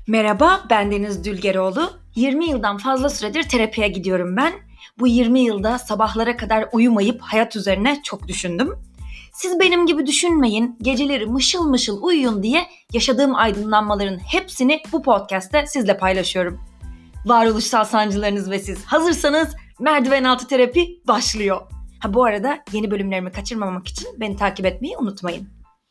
Merhaba, ben Deniz Dülgeroğlu. 20 yıldan fazla süredir terapiye gidiyorum ben. Bu 20 yılda sabahlara kadar uyumayıp hayat üzerine çok düşündüm. Siz benim gibi düşünmeyin, geceleri mışıl mışıl uyuyun diye yaşadığım aydınlanmaların hepsini bu podcast'te sizle paylaşıyorum. Varoluşsal sancılarınız ve siz hazırsanız merdiven altı terapi başlıyor. Bu arada yeni bölümlerimi kaçırmamak için beni takip etmeyi unutmayın.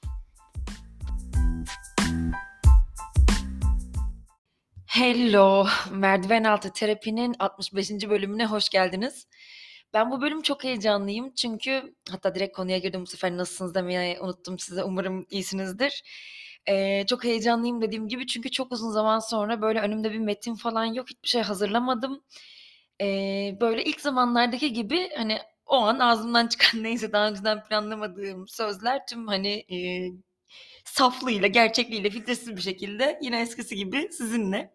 Hello, merdiven altı terapinin 65. bölümüne hoş geldiniz. Ben bu bölüm çok heyecanlıyım çünkü hatta direkt konuya girdim bu sefer nasılsınız demeyi unuttum size. Umarım iyisinizdir. Çok heyecanlıyım dediğim gibi çünkü çok uzun zaman sonra böyle önümde bir metin falan yok, hiçbir şey hazırlamadım. Böyle ilk zamanlardaki gibi hani o an ağzımdan çıkan neyse daha önceden planlamadığım sözler tüm saflığıyla, gerçekliğiyle, filtresiz bir şekilde yine eskisi gibi sizinle.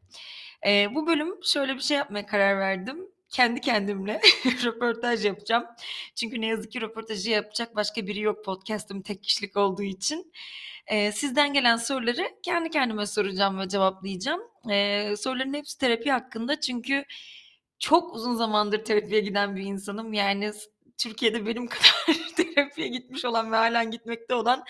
Bu bölüm şöyle bir şey yapmaya karar verdim. Kendi kendimle röportaj yapacağım. Çünkü ne yazık ki röportajı yapacak başka biri yok podcast'ım tek kişilik olduğu için. Sizden gelen soruları kendi kendime soracağım ve cevaplayacağım. Soruların hepsi terapi hakkında çünkü çok uzun zamandır terapiye giden bir insanım. Yani Türkiye'de benim kadar terapiye gitmiş olan ve halen gitmekte olan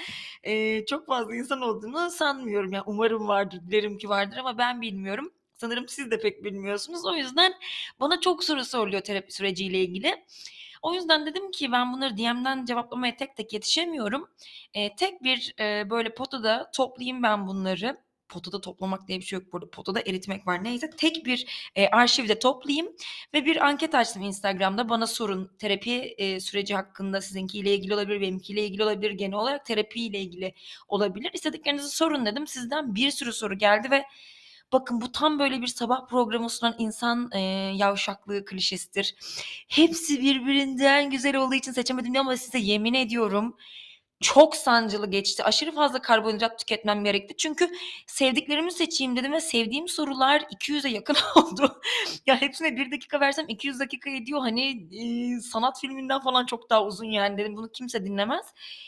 çok fazla insan olduğunu sanmıyorum. Yani umarım vardır, dilerim ki vardır ama ben bilmiyorum. Sanırım siz de pek bilmiyorsunuz. O yüzden bana çok soru soruluyor terapi süreciyle ilgili. O yüzden dedim ki ben bunları DM'den cevaplamaya tek tek yetişemiyorum. Tek bir böyle potada toplayayım ben bunları. Potada toplamak diye bir şey yok burada. Potada eritmek var. Neyse tek bir arşivde toplayayım ve bir anket açtım Instagram'da. Bana sorun terapi süreci hakkında sizinkiyle ilgili olabilir, benimkiyle ilgili olabilir, genel olarak terapiyle ilgili olabilir. İstediklerinizi sorun dedim. Sizden bir sürü soru geldi ve bakın bu tam böyle bir sabah programı sunan insan yavşaklığı klişesidir. Hepsi birbirinden güzel olduğu için seçemedim ama size yemin ediyorum çok sancılı geçti. Aşırı fazla karbonhidrat tüketmem gerekti. Çünkü sevdiklerimi seçeyim dedim ve sevdiğim sorular 200'e yakın oldu. Ya hepsine 1 dakika versem 200 dakika ediyor. Hani sanat filminden falan çok daha uzun yani dedim. Bunu kimse dinlemez.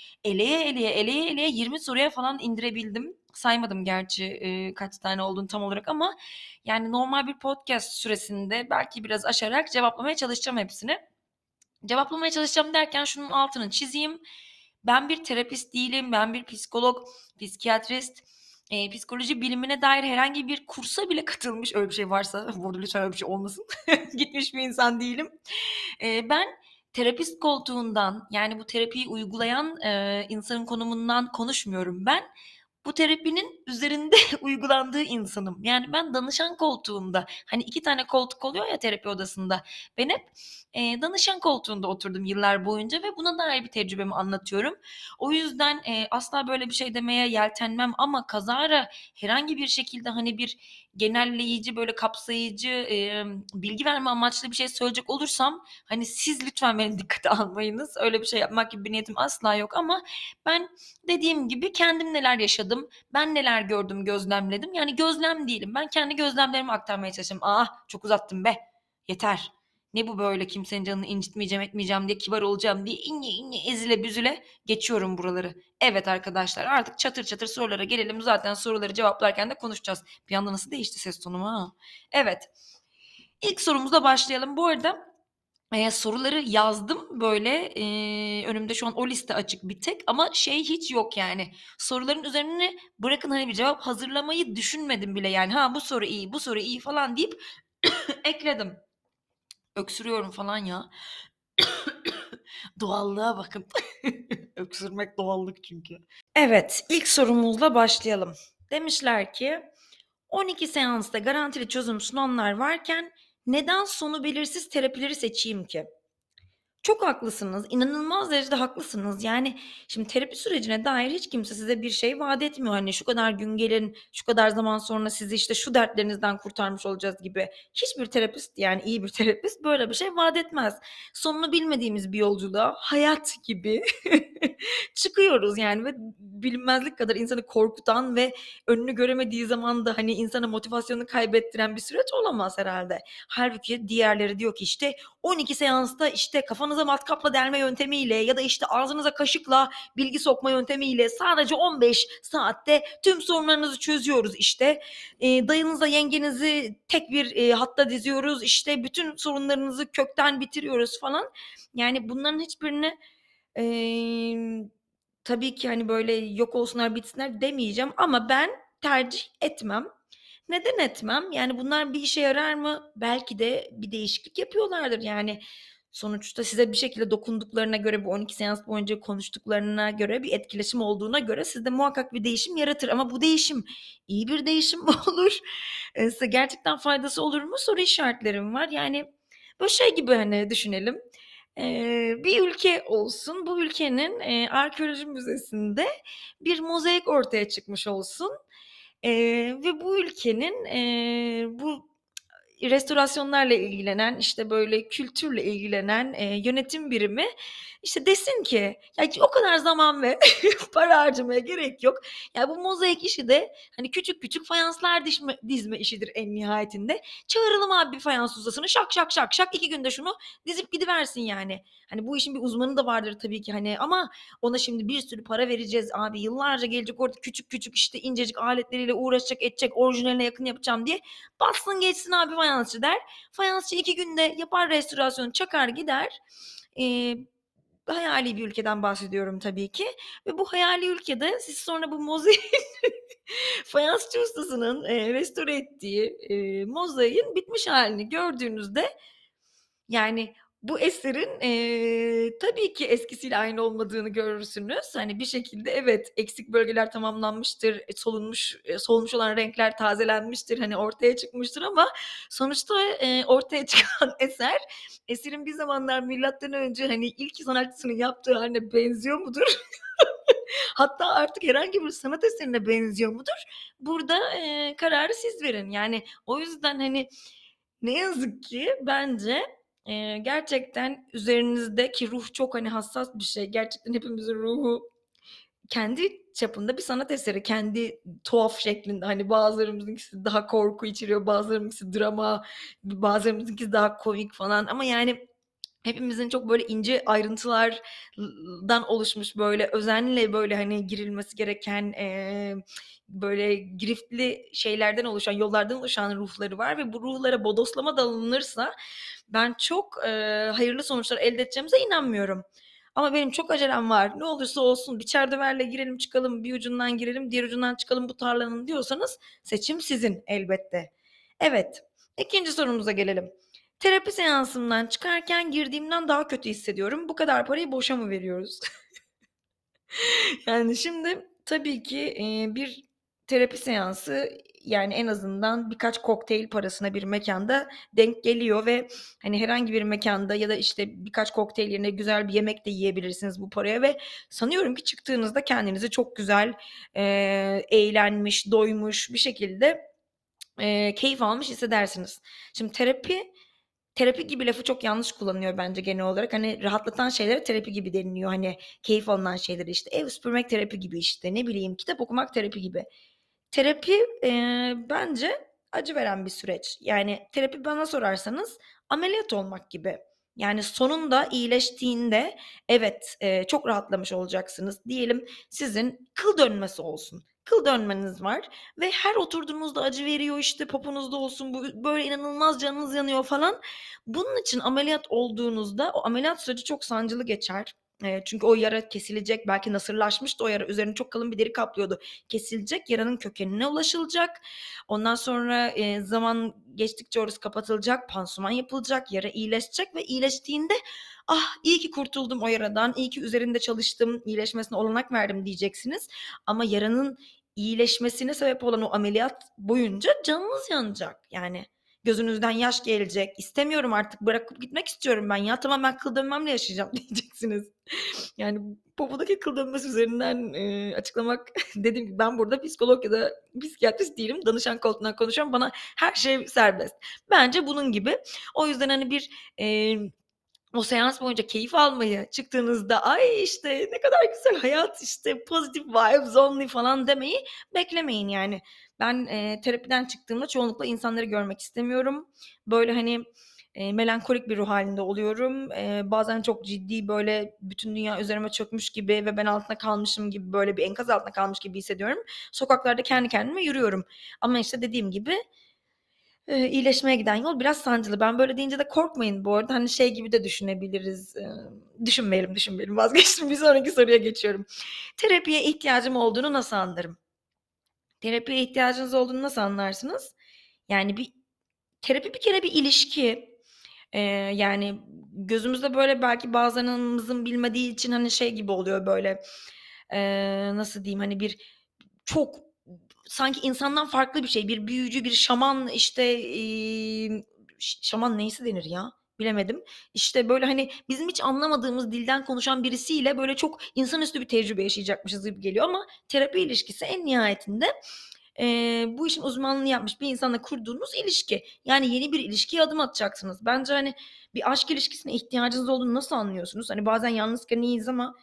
Eleye eleye 20 soruya falan indirebildim. Saymadım gerçi kaç tane olduğunu tam olarak ama yani normal bir podcast süresinde belki biraz aşarak cevaplamaya çalışacağım hepsini. Cevaplamaya çalışacağım derken şunun altını çizeyim. Ben bir terapist değilim, ben bir psikolog, psikiyatrist, psikoloji bilimine dair herhangi bir kursa bile katılmış, öyle bir şey varsa, burada lütfen öyle bir şey olmasın, gitmiş bir insan değilim. Ben terapist koltuğundan, yani bu terapiyi uygulayan insanın konumundan konuşmuyorum ben. Bu terapinin üzerinde uygulandığı insanım. Yani ben danışan koltuğunda, hani 2 tane koltuk oluyor ya terapi odasında. Ben hep danışan koltuğunda oturdum yıllar boyunca ve buna dair bir tecrübemi anlatıyorum. O yüzden asla böyle bir şey demeye yeltenmem ama kazara herhangi bir şekilde hani bir genelleyici, böyle kapsayıcı bilgi verme amaçlı bir şey söyleyecek olursam hani siz lütfen beni dikkate almayınız. Öyle bir şey yapmak gibi bir niyetim asla yok ama ben dediğim gibi kendim neler yaşadım, ben neler gördüm, gözlemledim. Yani gözlem değilim. Ben kendi gözlemlerimi aktarmaya çalışıyorum. Çok uzattım be. Yeter. Ne bu böyle kimsenin canını incitmeyeceğim etmeyeceğim diye kibar olacağım diye inye ezile büzüle geçiyorum buraları. Evet arkadaşlar artık çatır çatır sorulara gelelim. Zaten soruları cevaplarken de konuşacağız. Bir anda nasıl değişti ses tonum ha? Evet. İlk sorumuzla başlayalım. Bu arada soruları yazdım böyle önümde şu an o liste açık bir tek ama şey hiç yok yani soruların üzerine bırakın hani bir cevap hazırlamayı düşünmedim bile yani bu soru iyi bu soru iyi falan deyip ekledim. Öksürüyorum falan ya. Doğallığa bakın. Öksürmek doğallık çünkü. Evet, ilk sorumuzla başlayalım. Demişler ki 12 seansta garantili çözüm sunanlar varken neden sonu belirsiz terapileri seçeyim ki? Çok haklısınız. İnanılmaz derecede haklısınız. Yani şimdi terapi sürecine dair hiç kimse size bir şey vaat etmiyor. Hani şu kadar gün gelin, şu kadar zaman sonra sizi işte şu dertlerinizden kurtarmış olacağız gibi. Hiçbir terapist yani iyi bir terapist böyle bir şey vaat etmez. Sonunu bilmediğimiz bir yolculuğa hayat gibi Çıkıyoruz yani ve bilinmezlik kadar insanı korkutan ve önünü göremediği zaman da, hani, insana motivasyonunu kaybettiren bir süreç olamaz herhâlde. Hâlbuki diğerleri diyor ki, işte, 12 seansta, işte, kafanıza matkapla delme yöntemiyle ya da, işte, ağzınıza kaşıkla bilgi sokma yöntemiyle sadece 15 saatte tüm sorunlarınızı çözüyoruz, işte. Dayınızla yengenizi tek bir, hatta diziyoruz, işte, bütün sorunlarınızı kökten bitiriyoruz falan. Yani bunların hiçbirini, emm, tabii ki, hani, böyle yok olsunlar bitsinler demeyeceğim ama ben tercih etmem. Neden etmem? Yani bunlar bir işe yarar mı? Belki de bir değişiklik yapıyorlardır. Yani sonuçta size bir şekilde dokunduklarına göre, bu 12 seans boyunca konuştuklarına göre, bir etkileşim olduğuna göre sizde muhakkak bir değişim yaratır ama bu değişim iyi bir değişim mi olur? Size gerçekten faydası olur mu? Soru işaretlerim var. Yani böyle şey gibi, hani, düşünelim. Bir ülke olsun, bu ülkenin, arkeoloji müzesinde bir mozaik ortaya çıkmış olsun, ve bu ülkenin, bu restorasyonlarla ilgilenen, işte, böyle kültürle ilgilenen, yönetim birimi, işte, desin ki, "Ya, o kadar zaman ve para harcamaya gerek yok. Ya, bu mozaik işi de, hani, küçük küçük fayanslar dizme işidir en nihayetinde. Çağıralım abi bir fayans ustasını, şak şak şak şak 2 günde şunu dizip gidiversin yani." Hani, bu işin bir uzmanı da vardır tabii ki, hani, ama ona şimdi bir sürü para vereceğiz abi, yıllarca gelecek orada küçük küçük, işte, incecik aletleriyle uğraşacak edecek, orijinaline yakın yapacağım diye bassın geçsin abi fayansçı der. Fayansçı 2 günde yapar restorasyonu, çakar gider. Eee, hayali bir ülkeden bahsediyorum tabii ki ve bu hayali ülkede siz sonra bu mozaiğin fayansçı ustasının, restore ettiği, mozaiğin bitmiş hâlini gördüğünüzde yani, bu eserin, tabii ki eskisiyle aynı olmadığını görürsünüz. Hani, bir şekilde evet, eksik bölgeler tamamlanmıştır, solmuş olan renkler tazelenmiştir, hani, ortaya çıkmıştır ama sonuçta, ortaya çıkan eserin bir zamanlar milattan önce, hani, ilk sanatçısının yaptığı hâline benziyor mudur? Hatta artık herhangi bir sanat eserine benziyor mudur? Burada, kararı siz verin. Yani, o yüzden, hani, ne yazık ki bence, gerçekten üzerinizdeki ruh çok, hani, hassas bir şey. Gerçekten hepimizin ruhu kendi çapında bir sanat eseri, kendi tuhaf şeklinde. Hani, bazılarımızınkisi daha korku içeriyor, bazılarımınkisi drama, bazılarımızınki daha komik falan ama yani hepimizin çok böyle ince ayrıntılardan oluşmuş, böyle özenle, böyle, hani, girilmesi gereken, böyle giriftli şeylerden oluşan, yollardan oluşan ruhları var ve bu ruhlara bodoslama dalınırsa ben çok, hayırlı sonuçlar elde edeceğimize inanmıyorum. Ama benim çok acelem var, ne olursa olsun bir çerdöverle girelim çıkalım, bir ucundan girelim, diğer ucundan çıkalım bu tarlanın diyorsanız seçim sizin elbette. Evet, 2'nci sorumuza gelelim. Terapi seansımdan çıkarken girdiğimden daha kötü hissediyorum. Bu kadar parayı boşa mı veriyoruz? Yani, şimdi tabii ki, bir terapi seansı, yani, en azından birkaç kokteyl parasına bir mekânda denk geliyor ve, hani, herhangi bir mekânda ya da, işte, birkaç kokteyl yerine güzel bir yemek de yiyebilirsiniz bu paraya ve sanıyorum ki çıktığınızda kendinizi çok güzel, eğlenmiş, doymuş bir şekilde, keyif almış hissedersiniz. Şimdi terapi gibi lafı çok yanlış kullanılıyor bence genel olarak. Hani, rahatlatan şeylere terapi gibi deniliyor. Hani, keyif alınan şeylere, işte, ev süpürmek terapi gibi, işte, ne bileyim, kitap okumak terapi gibi. Terapi, bence acı veren bir süreç. Yani, terapi bana sorarsanız ameliyat olmak gibi. Yani, sonunda iyileştiğinde evet, çok rahatlamış olacaksınız. Diyelim sizin kıl dönmesi olsun. Kıl dönmeniz var ve her oturduğunuzda acı veriyor, işte, poponuzda olsun, böyle inanılmaz canınız yanıyor falan. Bunun için ameliyat olduğunuzda o ameliyat süreci çok sancılı geçer. Çünkü o yara kesilecek, belki nasırlaşmıştı o yara, üzerini çok kalın bir deri kaplıyordu. Kesilecek, yaranın kökenine ulaşılacak. Ondan sonra, zaman geçtikçe orası kapatılacak, pansuman yapılacak, yara iyileşecek ve iyileştiğinde, "Ah, iyi ki kurtuldum o yaradan, iyi ki üzerinde çalıştım, iyileşmesine olanak verdim." diyeceksiniz. Ama yaranın iyileşmesine sebep olan o ameliyat boyunca canınız yanacak. Yani gözünüzden yaş gelecek, "İstemiyorum artık, bırakıp gitmek istiyorum ben ya, tamam ben kıl dönmemle yaşayacağım." diyeceksiniz. Yani popodaki kıl dönmesi üzerinden, açıklamak dediğim gibi ben burada psikolog ya da psikiyatrist değilim. Danışan koltuğundan konuşuyorum. Bana her şey serbest. Bence bunun gibi. O yüzden, hani, bir, o seans boyunca keyif almayı, çıktığınızda "Ay, işte, ne kadar güzel hayat, işte, positive vibes only." falan demeyi beklemeyin yani. Ben, terapiden çıktığımda çoğunlukla insanları görmek istemiyorum. Böyle, hani, melankolik bir ruh hâlinde oluyorum. Bazen çok ciddi, böyle, bütün dünya üzerime çökmüş gibi ve ben altında kalmışım gibi, böyle, bir enkaz altında kalmış gibi hissediyorum. Sokaklarda kendi kendime yürüyorum. Ama, işte, dediğim gibi, iyileşmeye giden yol biraz sancılı. Ben böyle deyince de korkmayın bu arada. Hani, şey gibi de düşünebiliriz. Düşünmeyelim vazgeçtim. Bir sonraki soruya geçiyorum. Terapiye ihtiyacım olduğunu nasıl anlarım? Terapiye ihtiyacınız olduğunu nasıl anlarsınız? Yani terapi bir kere bir ilişki. Eee, Yani gözümüzde böyle belki bazılarımızın bilmediği için, hani, şey gibi oluyor böyle, nasıl diyeyim, hani, çok sanki insandan farklı bir şey, bir büyücü, bir şaman, işte, şaman neyse denir ya? Bilemedim. İşte, böyle, hani, bizim hiç anlamadığımız dilden konuşan birisiyle, böyle, çok insanüstü bir tecrübe yaşayacakmışız gibi geliyor ama terapi ilişkisi en nihayetinde, bu işin uzmanlığını yapmış bir insanla kurduğunuz ilişki. Yani yeni bir ilişkiye adım atacaksınız. Bence, hani, bir aşk ilişkisine ihtiyacınız olduğunu nasıl anlıyorsunuz? Hani, bazen yalnızken iyiyiz ama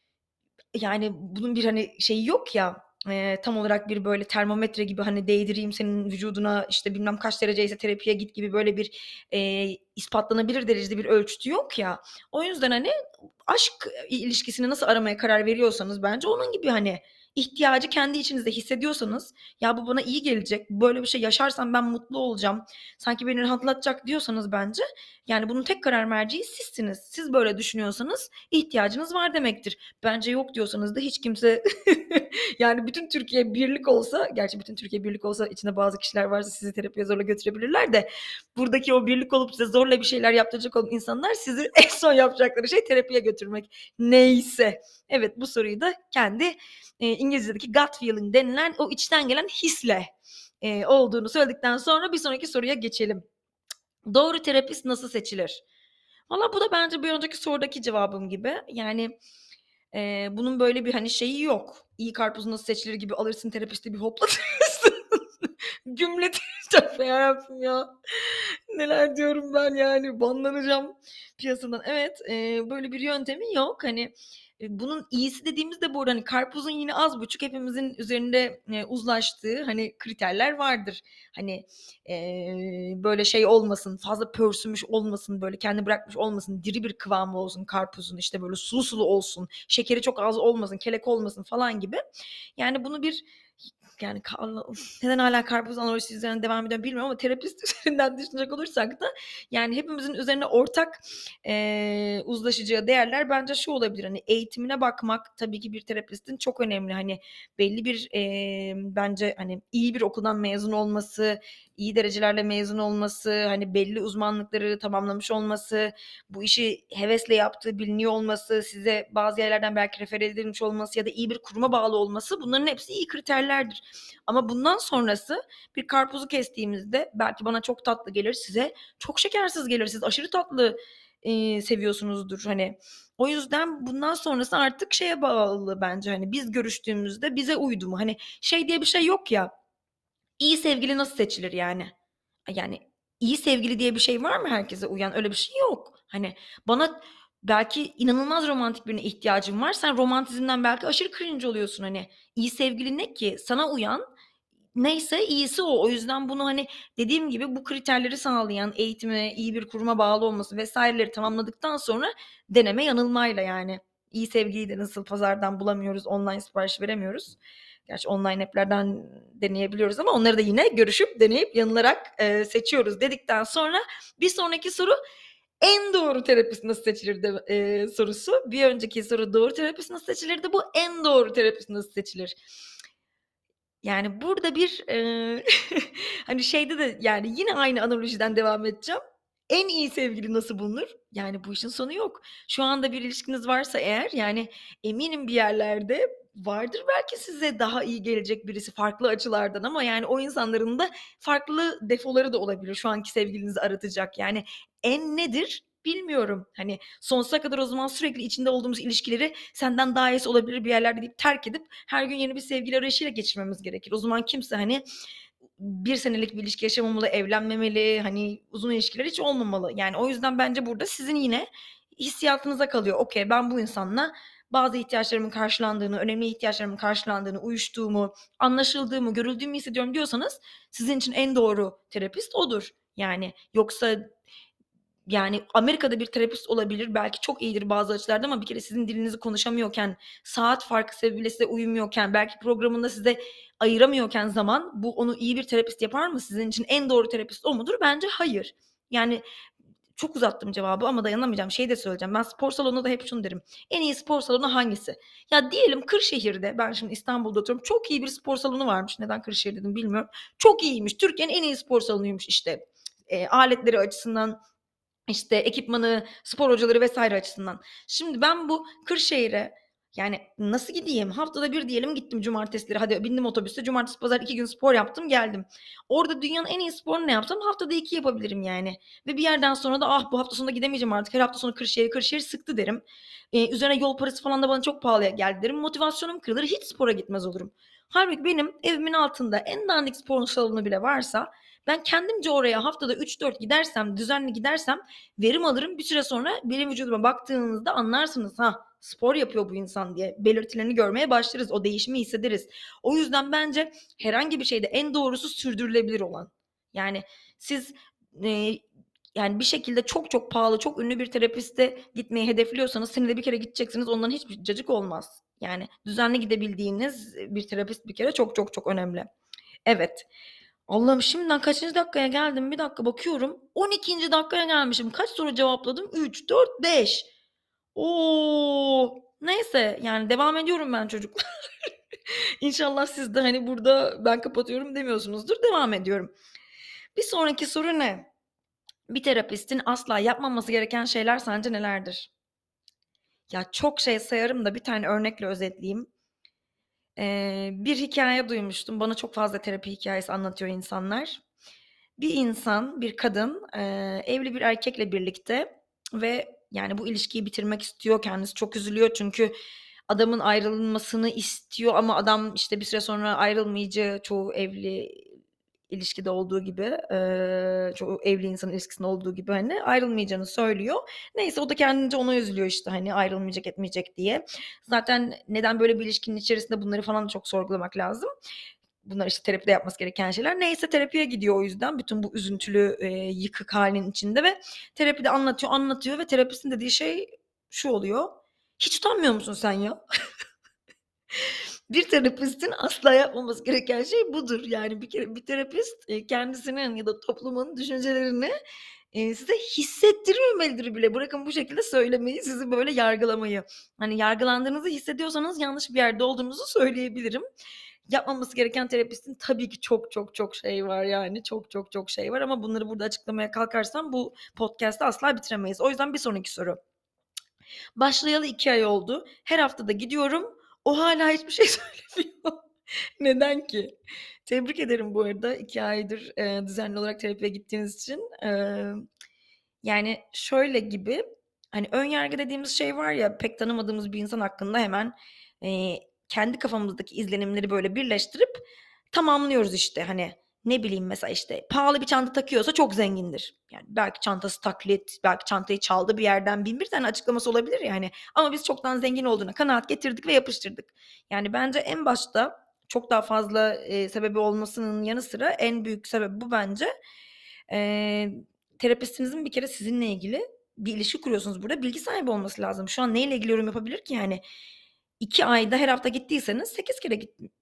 yani, bunun bir, hani, şeyi yok ya, tam olarak bir böyle termometre gibi, hani, değdireyim senin vücuduna, işte, bilmem kaç dereceyse terapiye git gibi böyle bir, ispatlanabilir derecede bir ölçütü yok ya. O yüzden, hani, aşk ilişkisini nasıl aramaya karar veriyorsanız bence onun gibi, hani, ihtiyacı kendi içinizde hissediyorsanız, "Ya, bu bana iyi gelecek, böyle bir şey yaşarsam ben mutlu olacağım, sanki beni rahatlatacak." diyorsanız bence, yani, bunun tek karar merceği sizsiniz. Siz böyle düşünüyorsanız ihtiyacınız var demektir. Bence yok diyorsanız da hiç kimse yani bütün Türkiye birlik olsa, gerçi bütün Türkiye birlik olsa içinde bazı kişiler varsa sizi terapiye zorla götürebilirler de buradaki o birlik olup size zorla bir şeyler yaptıracak olan insanlar sizi en son yapacakları şey terapiye götürmek. Neyse. Evet, bu soruyu da kendi, İngilizce'deki gut feeling denilen o içten gelen hisle, olduğunu söyledikten sonra bir sonraki soruya geçelim. Doğru terapist nasıl seçilir? Valla bu da bence bir önceki sorudaki cevabım gibi. Yani, bunun böyle bir, hani, şeyi yok. İyi karpuz nasıl seçilir gibi alırsın terapisti bir hoplatırsın. Gümleti Tövbe yarabbim ya. Neler diyorum ben yani, banlanacağım piyasadan. Evet, böyle bir yöntemi yok. Hani, bunun iyisi dediğimizde bu arada, hani, karpuzun yine az buçuk hepimizin üzerinde, uzlaştığı, hani, kriterler vardır. Hani, böyle şey olmasın, fazla pörsümüş olmasın, böyle kendini bırakmış olmasın, diri bir kıvamı olsun karpuzun, işte, böyle sulu sulu olsun, şekeri çok az olmasın, kelek olmasın falan gibi. Yani bunu bir yani neden hâlâ karpuz analojisi üzerinden devam ediyorum bilmiyorum ama terapist üzerinden düşünecek olursak da yani hepimizin üzerine ortak, uzlaşacağı değerler bence şu olabilir, hani, eğitimine bakmak tabii ki bir terapistin çok önemli. Hani, belli bir, bence, hani, iyi bir okuldan mezun olması, iyi derecelerle mezun olması, hani, belli uzmanlıkları tamamlamış olması, bu işi hevesle yaptığı biliniyor olması, size bazı yerlerden belki refer edilmiş olması ya da iyi bir kuruma bağlı olması bunların hepsi iyi kriterlerdir. Ama bundan sonrası bir karpuzu kestiğimizde belki bana çok tatlı gelir, size çok şekersiz gelir. Siz aşırı tatlı, seviyorsunuzdur, hani. O yüzden bundan sonrası artık şeye bağlı bence, hani, biz görüştüğümüzde bize uydu mu? Hani, şey diye bir şey yok ya, iyi sevgili nasıl seçilir yani? Yani, iyi sevgili diye bir şey var mı herkese uyan? Öyle bir şey yok. Hani, bana belki inanılmaz romantik birine ihtiyacın var. Sen romantizmden belki aşırı cringe oluyorsun, hani. İyi sevgili ne ki? Sana uyan neyse iyisi o. O yüzden bunu, hani, dediğim gibi bu kriterleri sağlayan, eğitime, iyi bir kuruma bağlı olması vs.leri tamamladıktan sonra deneme yanılmayla, yani. İyi sevgiliyi de nasıl pazardan bulamıyoruz, online sipariş veremiyoruz. Gerçi online app'lerden deneyebiliyoruz ama onları da yine görüşüp, deneyip, yanılarak, seçiyoruz dedikten sonra bir sonraki soru en doğru terapist nasıl seçilirdi, sorusu. Bir önceki soru doğru terapist nasıl seçilirdi? Bu en doğru terapist nasıl seçilir? Yani burada bir, hani, şeyde de, yani, yine aynı analojiden devam edeceğim. En iyi sevgili nasıl bulunur? Yani, bu işin sonu yok. Şu anda bir ilişkiniz varsa eğer, yani, eminim bir yerlerde vardır belki size daha iyi gelecek birisi farklı açılardan ama, yani, o insanların da farklı defoları da olabilir şu anki sevgilinizi aratacak. Yani, en nedir bilmiyorum. Hani, sonsuza kadar o zaman sürekli içinde olduğumuz ilişkileri senden daha iyisi olabilir bir yerlerde deyip terk edip her gün yeni bir sevgili arayışıyla geçirmemiz gerekir. O zaman kimse, hani, 1 senelik bir ilişki yaşamamalı, evlenmemeli, hani, uzun ilişkiler hiç olmamalı. Yani, o yüzden bence burada sizin yine hissiyatınıza kalıyor. Okay, ben bu insanla bazı ihtiyaçlarımın karşılandığını, önemli ihtiyaçlarımın karşılandığını, uyuştuğumu, anlaşıldığımı, görüldüğümü hissediyorum diyorsanız sizin için en doğru terapist odur. Yani yoksa yani Amerika'da bir terapist olabilir. Belki çok iyidir bazı açılarda ama bir kere sizin dilinizi konuşamıyorken, saat farkı sebebiyle size uymuyorken, belki programında size ayıramıyorken zaman bu onu iyi bir terapist yapar mı? Sizin için en doğru terapist o mudur? Bence hayır. Yani çok uzattım cevabı ama dayanamayacağım. Şey de söyleyeceğim. Ben spor salonunda da hep şunu derim. En iyi spor salonu hangisi? Ya diyelim Kırşehir'de, ben şimdi İstanbul'da oturuyorum. Çok iyi bir spor salonu varmış. Neden Kırşehir dedim bilmiyorum. Çok iyiymiş. Türkiye'nin en iyi spor salonuymuş işte. Aletleri açısından, işte ekipmanı, spor hocaları vesaire açısından. Şimdi ben bu Kırşehir'e yani nasıl gideyim? Haftada bir diyelim gittim cumartesileri. Hadi bindim otobüste. Cumartesi pazar 2 gün spor yaptım geldim. Orada dünyanın en iyi sporunu ne yapsam haftada 2 yapabilirim yani. Ve bir yerden sonra da bu hafta sonunda gidemeyeceğim artık. Her hafta sonu Kırşehir sıktı derim. Üzerine yol parası falan da bana çok pahalıya geldi derim. Motivasyonum kırılır. Hiç spora gitmez olurum. Halbuki benim evimin altında en dandik spor salonu bile varsa ben kendimce oraya haftada 3-4 gidersem, düzenli gidersem verim alırım. Bir süre sonra benim vücuduma baktığınızda anlarsınız spor yapıyor bu insan diye. Belirtilerini görmeye başlarız. O değişimi hissederiz. O yüzden bence herhangi bir şeyde en doğrusu sürdürülebilir olan. Yani siz e, yani bir şekilde çok çok pahalı, çok ünlü bir terapiste gitmeyi hedefliyorsanız senede bir kere gideceksiniz. Ondan hiçbir cacık olmaz. Yani düzenli gidebildiğiniz bir terapist bir kere çok çok çok önemli. Evet. Allah'ım şimdiden kaçıncı dakikaya geldim? Bir dakika bakıyorum. 12. dakikaya gelmişim. Kaç soru cevapladım? 3, 4, 5. Oo, neyse yani devam ediyorum ben çocuklar. İnşallah siz de hani burada ben kapatıyorum demiyorsunuzdur. Devam ediyorum. Bir sonraki soru ne? Bir terapistin asla yapmaması gereken şeyler sence nelerdir? Ya çok şey sayarım da bir tane örnekle özetleyeyim. Bir hikaye duymuştum. Bana çok fazla terapi hikayesi anlatıyor insanlar. Bir insan, bir kadın evli bir erkekle birlikte ve yani bu ilişkiyi bitirmek istiyor. Kendisi çok üzülüyor çünkü adamın ayrılmasını istiyor ama adam işte bir süre sonra ayrılmayacağı çoğu evli ilişkide olduğu gibi çoğu evli insan ilişkisinde olduğu gibi hani ayrılmayacağını söylüyor. Neyse o da kendince ona üzülüyor işte hani ayrılmayacak etmeyecek diye. Zaten neden böyle bir ilişkinin içerisinde bunları falan da çok sorgulamak lazım. Bunlar işte terapide yapması gereken şeyler. Neyse terapiye gidiyor o yüzden. Bütün bu üzüntülü, yıkık halin içinde ve terapide anlatıyor ve terapistin dediği şey şu oluyor. Hiç utanmıyor musun sen ya? Bir terapistin asla yapmaması gereken şey budur. Yani bir kere bir terapist kendisinin ya da toplumun düşüncelerini size hissettirmemelidir bile. Bırakın bu şekilde söylemeyi, sizi böyle yargılamayı. Hani yargılandığınızı hissediyorsanız yanlış bir yerde olduğunuzu söyleyebilirim. Yapmaması gereken terapistin tabii ki çok çok çok şey var yani. Çok çok çok şey var ama bunları burada açıklamaya kalkarsam bu podcast'ı asla bitiremeyiz. O yüzden bir sonraki soru. Başlayalı 2 ay oldu. Her hafta da gidiyorum. O hala hiçbir şey söylemiyor. Neden ki? Tebrik ederim bu arada 2 aydır düzenli olarak terapiye gittiğiniz için. Yani şöyle gibi hani ön yargı dediğimiz şey var ya pek tanımadığımız bir insan hakkında hemen kendi kafamızdaki izlenimleri böyle birleştirip tamamlıyoruz işte hani ne bileyim mesela işte pahalı bir çanta takıyorsa çok zengindir. Yani belki çantası taklit, belki çantayı çaldı bir yerden bin bir tane açıklaması olabilir yani. Ama biz çoktan zengin olduğuna kanaat getirdik ve yapıştırdık. Yani bence en başta çok daha fazla sebebi olmasının yanı sıra en büyük sebebi bu bence. E, Terapistinizin bir kere sizinle ilgili bir ilişki kuruyorsunuz burada. Bilgi sahibi olması lazım. Şu an neyle ilgili yorum yapabilir ki yani? 2 ayda her hafta gittiyseniz 8 kere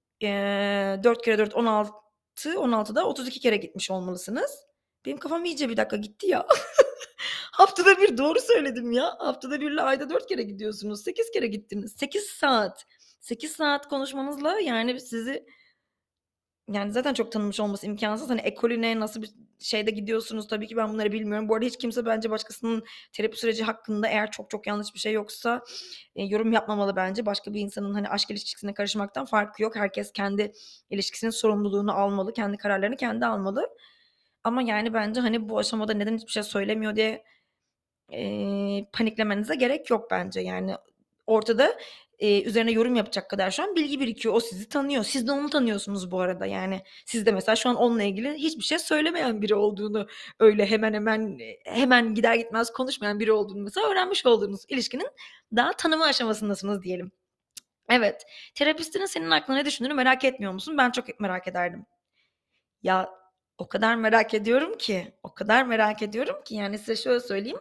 4 kere 4 16, 16'da 32 kere gitmiş olmalısınız. Benim kafam iyice bir dakika gitti ya. Haftada bir doğru söyledim ya. Haftada birle ayda 4 kere gidiyorsunuz. 8 kere gittiniz. 8 saat. 8 saat konuşmanızla yani sizi yani zaten çok tanınmış olması imkansız. Hani ekolüne nasıl bir şeyde gidiyorsunuz tabii ki ben bunları bilmiyorum. Bu arada hiç kimse bence başkasının terapi süreci hakkında eğer çok çok yanlış bir şey yoksa yorum yapmamalı bence. Başka bir insanın hani aşk ilişkisine karışmaktan farkı yok. Herkes kendi ilişkisinin sorumluluğunu almalı. Kendi kararlarını kendi almalı. Ama yani bence hani bu aşamada neden hiçbir şey söylemiyor diye paniklemenize gerek yok bence. Yani ortada, üzerine yorum yapacak kadar şu an bilgi birikiyor. O sizi tanıyor. Siz de onu tanıyorsunuz bu arada. Yani siz de mesela şu an onunla ilgili hiçbir şey söylemeyen biri olduğunu, öyle hemen gider gitmez konuşmayan biri olduğunu mesela öğrenmiş olduğunuz ilişkinin daha tanıma aşamasındasınız diyelim. Evet, terapistinin senin hakkında ne düşündüğünü merak etmiyor musun? Ben çok merak ederdim. Ya o kadar merak ediyorum ki, o kadar merak ediyorum ki yani size şöyle söyleyeyim.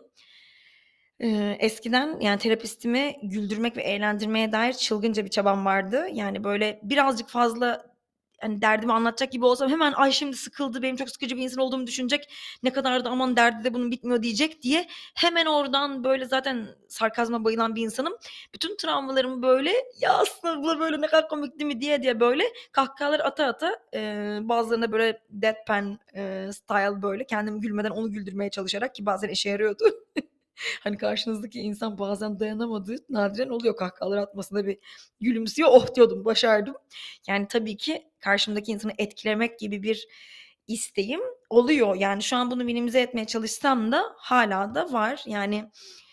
Eskiden, yani, terapistimi güldürmek ve eğlendirmeye dair çılgınca bir çabam vardı. Yani, böyle, birazcık fazla, hani, derdimi anlatacak gibi olsam hemen, "Ay, şimdi sıkıldı, benim çok sıkıcı bir insan olduğumu düşünecek, ne kadar da aman derdi de bunun bitmiyor." diyecek diye hemen oradan, böyle, zaten sarkazma bayılan bir insanım. Bütün travmalarımı, böyle, "Ya, aslında bu da böyle ne kadar komik değil mi?" diye, böyle, kahkahalar ata ata, bazılarında, böyle, deadpan, style, böyle, kendimi gülmeden onu güldürmeye çalışarak ki bazen işe yarıyordu. Hani karşınızdaki insan bazen dayanamadığı nadiren oluyor kahkahalar atmasına bir gülümsüyor. Oh diyordum başardım. Yani tabii ki karşımdaki insanı etkilemek gibi bir isteğim oluyor. Yani şu an bunu minimize etmeye çalışsam da hala da var. Yani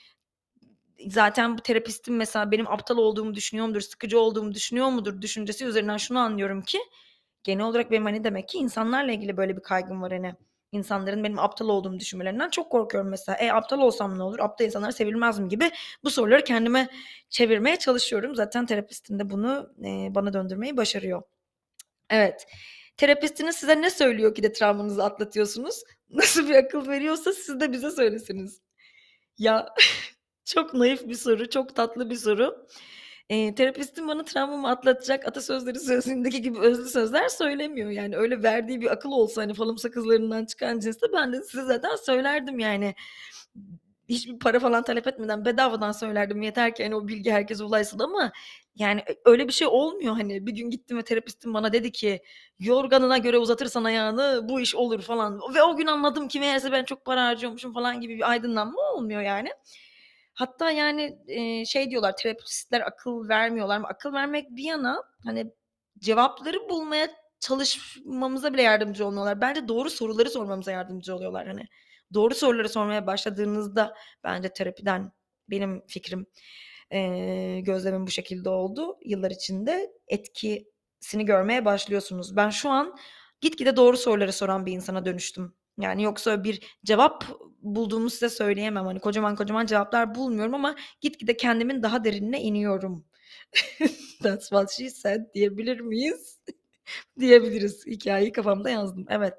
zaten bu terapistim mesela benim aptal olduğumu düşünüyor mudur, sıkıcı olduğumu düşünüyor mudur düşüncesi üzerinden şunu anlıyorum ki genel olarak benim, hani, demek ki insanlarla ilgili böyle bir kaygım var, hani. İnsanların benim aptal olduğumu düşünmelerinden çok korkuyorum mesela. Aptal olsam ne olur? Aptal insanlar sevilmez mi gibi bu soruları kendime çevirmeye çalışıyorum. Zaten terapistim de bunu, bana döndürmeyi başarıyor. Evet. Terapistiniz size ne söylüyor ki de travmanızı atlatıyorsunuz? Nasıl bir akıl veriyorsa siz de bize söylesiniz. Ya, çok naif bir soru, çok tatlı bir soru. Terapistim bana travmamı atlatacak atasözleri sözlüğündeki gibi özlü sözler söylemiyor. Yani öyle verdiği bir akıl olsa, hani, falım sakızlarından çıkan cinste ben de size zaten söylerdim yani. Hiçbir para falan talep etmeden bedavadan söylerdim. Yeter ki, hani, o bilgi herkese ulaşsın ama yani, öyle bir şey olmuyor, hani. Bir gün gittim ve terapistim bana dedi ki, "Yorganına göre uzatırsan ayağını bu iş olur." falan ve o gün anladım ki meğerse ben çok para harcıyormuşum falan gibi bir aydınlanma olmuyor yani. Hatta, yani, şey diyorlar, terapistler akıl vermiyorlar mı? Akıl vermek bir yana, hani, cevapları bulmaya çalışmamıza bile yardımcı olmuyorlar. Bence doğru soruları sormamıza yardımcı oluyorlar, hani. Doğru soruları sormaya başladığınızda bence terapiden benim fikrim, gözlemim bu şekilde oldu yıllar içinde. Etkisini görmeye başlıyorsunuz. Ben şu an gitgide doğru soruları soran bir insana dönüştüm. Yani yoksa bir cevap bulduğumu size söyleyemem. Hani kocaman kocaman cevaplar bulmuyorum ama gitgide kendimin daha derinine iniyorum. That's what she said diyebilir miyiz? Diyebiliriz. Hikayeyi kafamda yazdım. Evet.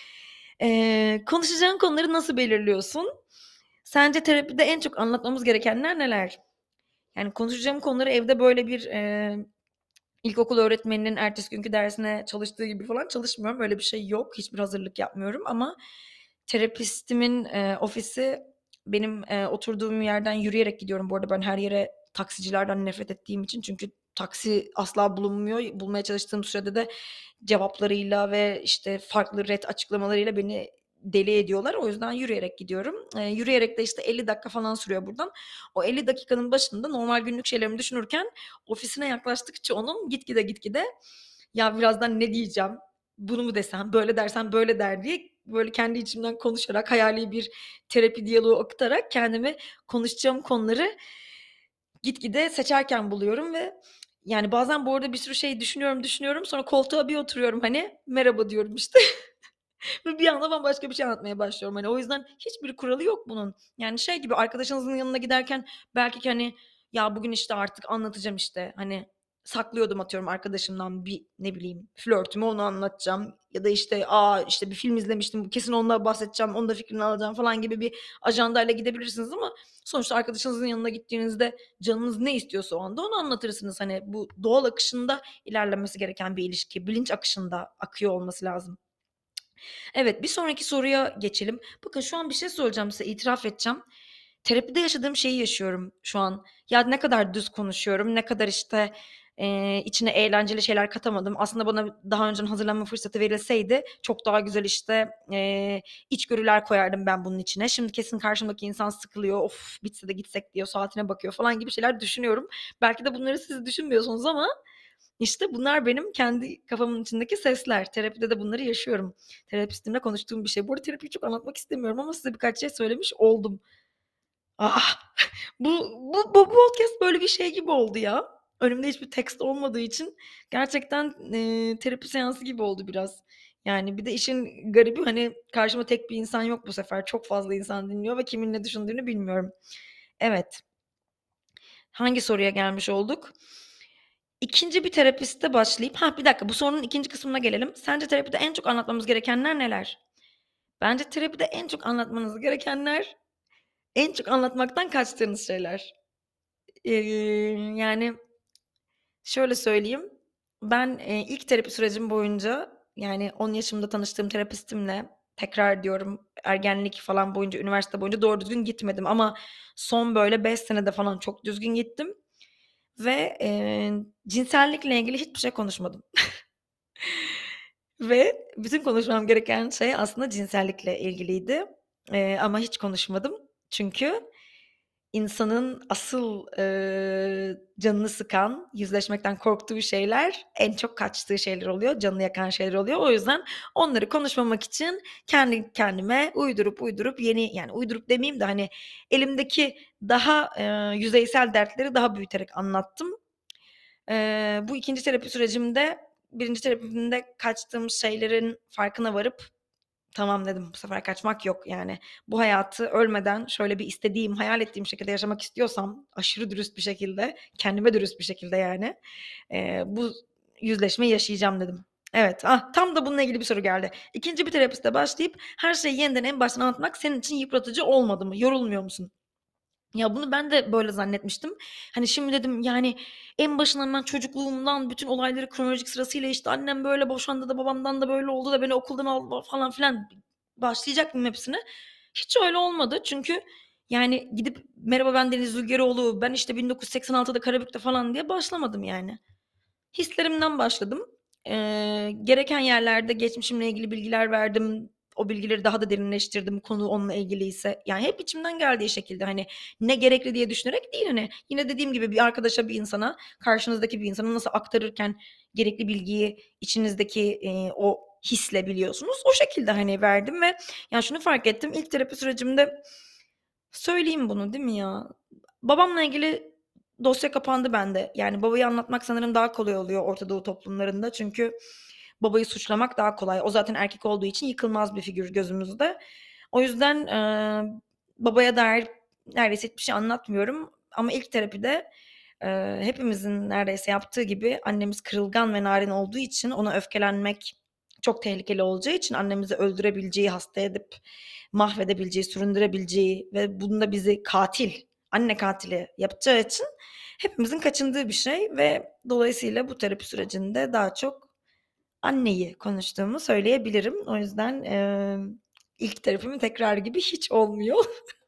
Konuşacağın konuları nasıl belirliyorsun? Sence terapide en çok anlatmamız gerekenler neler? Yani konuşacağım konuları evde böyle bir, ilkokul öğretmeninin ertesi günkü dersine çalıştığı gibi falan çalışmıyorum. Öyle bir şey yok. Hiçbir hazırlık yapmıyorum ama terapistimin, ofisi benim, oturduğum yerden yürüyerek gidiyorum. Bu arada ben her yere taksicilerden nefret ettiğim için çünkü taksi asla bulunmuyor. Bulmaya çalıştığım sürede de cevaplarıyla ve, işte, farklı ret açıklamalarıyla beni deli ediyorlar. O yüzden yürüyerek gidiyorum. Yürüyerek de, işte, 50 dakika falan sürüyor buradan. O 50 dakikanın başında normal günlük şeylerimi düşünürken ofisine yaklaştıkça onun gitgide ya birazdan ne diyeceğim, bunu mu desem, böyle dersem böyle der diye böyle kendi içimden konuşarak hayali bir terapi diyaloğu akıtarak kendimi konuşacağım konuları gitgide seçerken buluyorum ve yani bazen bu arada bir sürü şey düşünüyorum sonra koltuğa bir oturuyorum hani merhaba diyorum işte. Ve bir anda bambaşka bir şey anlatmaya başlıyorum. Hani, o yüzden hiçbir kuralı yok bunun. Yani, şey gibi arkadaşınızın yanına giderken belki ki, hani, ya, bugün, işte, artık anlatacağım, işte, hani, saklıyordum atıyorum arkadaşımdan bir, ne bileyim, flörtümü, onu anlatacağım ya da, işte, işte, bir film izlemiştim, kesin ondan bahsedeceğim, onun da fikrini alacağım falan gibi bir ajandayla gidebilirsiniz ama sonuçta arkadaşınızın yanına gittiğinizde canınız ne istiyorsa o anda onu anlatırsınız. Hani, bu doğal akışında ilerlemesi gereken bir ilişki, bilinç akışında akıyor olması lazım. Evet, bir sonraki soruya geçelim. Bakın şu an bir şey söyleyeceğim size, itiraf edeceğim. Terapide yaşadığım şeyi yaşıyorum şu an. Ya ne kadar düz konuşuyorum, ne kadar işte, içine eğlenceli şeyler katamadım. Aslında bana daha önceden hazırlanma fırsatı verilseydi çok daha güzel işte, içgörüler koyardım ben bunun içine. Şimdi kesin karşımdaki insan sıkılıyor, "Of, bitse de gitsek." diyor, saatine bakıyor falan gibi şeyler düşünüyorum. Belki de bunları siz düşünmüyorsunuz ama işte bunlar benim kendi kafamın içindeki sesler. Terapide de bunları yaşıyorum. Terapistimle konuştuğum bir şey. Bu arada terapiyi çok anlatmak istemiyorum ama size birkaç şey söylemiş oldum. Ah! Bu podcast böyle bir şey gibi oldu ya. Önümde hiçbir tekst olmadığı için gerçekten, terapi seansı gibi oldu biraz. Yani bir de işin garibi, hani, karşımda tek bir insan yok bu sefer. Çok fazla insan dinliyor ve kimin ne düşündüğünü bilmiyorum. Evet, hangi soruya gelmiş olduk? İkinci bir terapiste başlayıp bir dakika, bu sorunun ikinci kısmına gelelim. Sence terapide en çok anlatmamız gerekenler neler? Bence terapide en çok anlatmanız gerekenler, en çok anlatmaktan kaçtığınız şeyler. Yani, şöyle söyleyeyim, ben, ilk terapi sürecim boyunca, yani 10 yaşımda tanıştığım terapistimle, tekrar diyorum, ergenlik falan boyunca, üniversite boyunca doğru düzgün gitmedim ama son böyle 5 senede falan çok düzgün gittim ve, cinsellikle ilgili hiçbir şey konuşmadım ve bütün konuşmam gereken şey aslında cinsellikle ilgiliydi, ama hiç konuşmadım. Çünkü İnsanın asıl, canını sıkan, yüzleşmekten korktuğu şeyler en çok kaçtığı şeyler oluyor, canını yakan şeyler oluyor. O yüzden onları konuşmamak için kendi kendime uydurup yeni, yani uydurup demeyeyim de, hani, elimdeki daha, yüzeysel dertleri daha büyüterek anlattım. Bu 2'nci terapi sürecimde 1'inci terapimde kaçtığım şeylerin farkına varıp tamam dedim, bu sefer kaçmak yok yani. Bu hayatı ölmeden şöyle bir istediğim, hayal ettiğim şekilde yaşamak istiyorsam aşırı dürüst bir şekilde, kendime dürüst bir şekilde yani, bu yüzleşmeyi yaşayacağım dedim. Evet, tam da bununla ilgili bir soru geldi. İkinci bir terapiste başlayıp her şeyi yeniden en baştan anlatmak senin için yıpratıcı olmadı mı? Yorulmuyor musun? Ya, bunu ben de böyle zannetmiştim. Hani, şimdi dedim, yani, en başından ben çocukluğumdan bütün olayları kronolojik sırasıyla, işte, annem böyle boşandı da babamdan da böyle oldu da beni okuldan aldılar falan filan başlayacaktım hepsine. Hiç öyle olmadı. Çünkü, yani, gidip merhaba ben Deniz Zülgeroğlu, ben, işte, 1986'da Karabük'te falan diye başlamadım yani. Hislerimden başladım. Gereken yerlerde geçmişimle ilgili bilgiler verdim. O bilgileri daha da derinleştirdim konu onunla ilgiliyse. Yani hep içimden geldiği şekilde, hani, ne gerekli diye düşünerek değil, hani, yine dediğim gibi bir arkadaşa, bir insana, karşınızdaki bir insana nasıl aktarırken gerekli bilgiyi içinizdeki, o hisle biliyorsunuz, o şekilde, hani, verdim ve ya şunu fark ettim, ilk terapi sürecimde söyleyeyim bunu, değil mi ya? Babamla ilgili dosya kapandı bende. Yani babayı anlatmak sanırım daha kolay oluyor Orta Doğu toplumlarında. Çünkü babayı suçlamak daha kolay. O zaten erkek olduğu için yıkılmaz bir figür gözümüzde. O yüzden, babaya dair neredeyse hiçbir şey anlatmıyorum ama ilk terapide, hepimizin neredeyse yaptığı gibi annemiz kırılgan ve narin olduğu için ona öfkelenmek çok tehlikeli olacağı için annemizi öldürebileceği, hasta edip mahvedebileceği, süründürebileceği ve bunda bizi katil, anne katili yapacağı için hepimizin kaçındığı bir şey ve dolayısıyla bu terapi sürecinde daha çok anneyi konuştuğumu söyleyebilirim. O yüzden, ilk terapimin tekrarı gibi hiç olmuyor.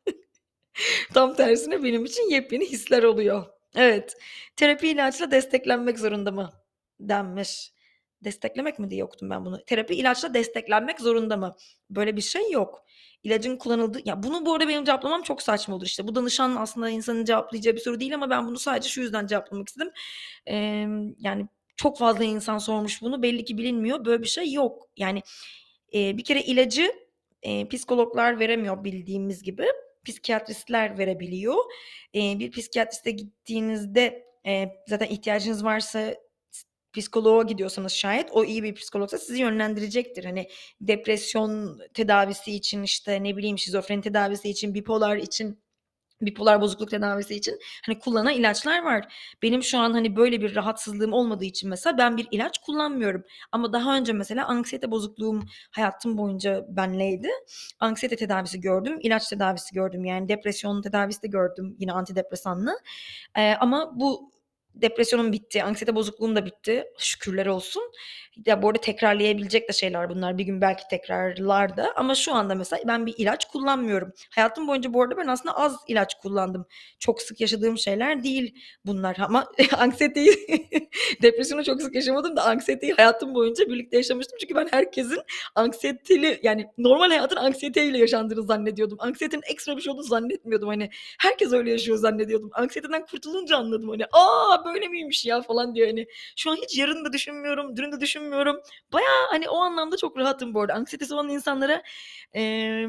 Tam tersine benim için yepyeni hisler oluyor. Evet. "Terapi ilaçla desteklenmek zorunda mı?" denmiş. Desteklemek mi diye okudum ben bunu. "Terapi ilaçla desteklenmek zorunda mı?" Böyle bir şey yok. İlacın kullanıldığı ya, bunu bu arada benim cevaplamam çok saçma olur işte. Bu danışan aslında insanın cevaplayacağı bir soru değil ama ben bunu sadece şu yüzden cevaplamak istedim. Yani çok fazla insan sormuş bunu. Belli ki bilinmiyor. Böyle bir şey yok. Yani, bir kere ilacı, psikologlar veremiyor bildiğimiz gibi. Psikiyatristler verebiliyor. Bir psikiyatriste gittiğinizde, zaten ihtiyacınız varsa psikoloğa gidiyorsanız şayet o iyi bir psikologsa sizi yönlendirecektir. Hani depresyon tedavisi için, işte, ne bileyim, şizofreni tedavisi için, bipolar için bipolar bozukluk tedavisi için, hani, kullanan ilaçlar var. Benim şu an, hani, böyle bir rahatsızlığım olmadığı için mesela ben bir ilaç kullanmıyorum. Ama daha önce mesela anksiyete bozukluğum hayatım boyunca benleydi. Anksiyete tedavisi gördüm, ilaç tedavisi gördüm. Yani depresyon tedavisi de gördüm yine antidepresanlı. Ama bu depresyonum bitti, anksiyete bozukluğum da bitti. Şükürler olsun. Ya, bu arada tekrarlayabilecek de şeyler bunlar. Bir gün belki tekrarlar da ama şu anda mesela ben bir ilaç kullanmıyorum. Hayatım boyunca bu arada ben aslında az ilaç kullandım. Çok sık yaşadığım şeyler değil bunlar ama anksiyeteyi depresyonu çok sık yaşamadım da anksiyeteyi hayatım boyunca birlikte yaşamıştım. Çünkü ben herkesin anksiyeteli, yani normal hayatın anksiyeteyle yaşandığını zannediyordum. Anksiyetenin ekstra bir şey olduğunu zannetmiyordum. Hani herkes öyle yaşıyor zannediyordum. Anksiyeteden kurtulunca anladım hani. Böyle miymiş ya falan diye hani. Şu an hiç yarını da düşünmüyorum, dünü de düşünmüyorum. Bayağı hani o anlamda çok rahatım bu arada. Anksiyetesi olan insanlara,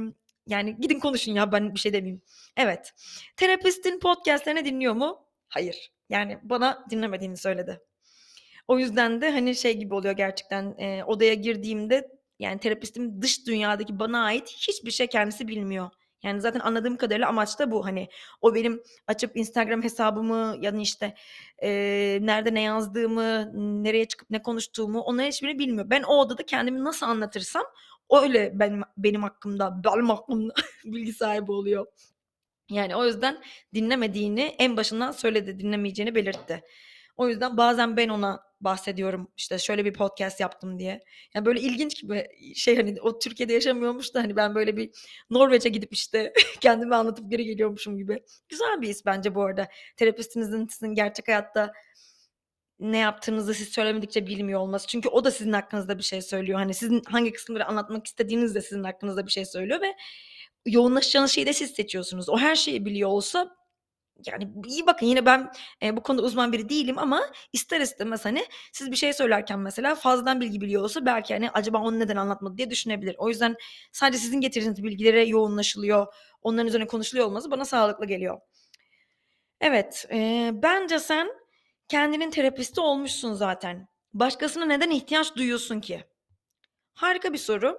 Yani gidin konuşun ya, ben bir şey demeyeyim. Evet. Terapistin podcast'lerini dinliyor mu? Hayır. Yani bana dinlemediğini söyledi. O yüzden de hani şey gibi oluyor gerçekten, odaya girdiğimde yani terapistim dış dünyadaki bana ait hiçbir şey kendisi bilmiyor. Yani zaten anladığım kadarıyla amaç da bu. Hani o benim açıp Instagram hesabımı yani işte nerede ne yazdığımı, nereye çıkıp ne konuştuğumu onların hiçbirini bilmiyor. Ben o odada kendimi nasıl anlatırsam öyle benim hakkımda bilgi sahibi oluyor. Yani o yüzden dinlemediğini en başından söyledi, dinlemeyeceğini belirtti. O yüzden bazen ben ona bahsediyorum işte şöyle bir podcast yaptım diye. Yani böyle ilginç gibi şey hani o Türkiye'de yaşamıyormuş da hani ben böyle bir Norveç'e gidip işte kendimi anlatıp geri geliyormuşum gibi. Güzel bir his bence bu arada. Terapistinizin sizin gerçek hayatta ne yaptığınızı siz söylemedikçe bilmiyor olması. Çünkü o da sizin hakkınızda bir şey söylüyor. Hani sizin hangi kısımları anlatmak istediğiniz de sizin hakkınızda bir şey söylüyor ve yoğunlaşacağınız şeyi de siz seçiyorsunuz. O her şeyi biliyor olsa yani iyi bakın yine ben bu konuda uzman biri değilim ama ister istemez hani siz bir şey söylerken mesela fazladan bilgi biliyor olsa belki hani acaba onu neden anlatmadı diye düşünebilir. O yüzden sadece sizin getirdiğiniz bilgilere yoğunlaşılıyor, onların üzerine konuşuluyor olması bana sağlıklı geliyor. Evet, bence sen kendinin terapisti olmuşsun zaten. Başkasına neden ihtiyaç duyuyorsun ki? Harika bir soru.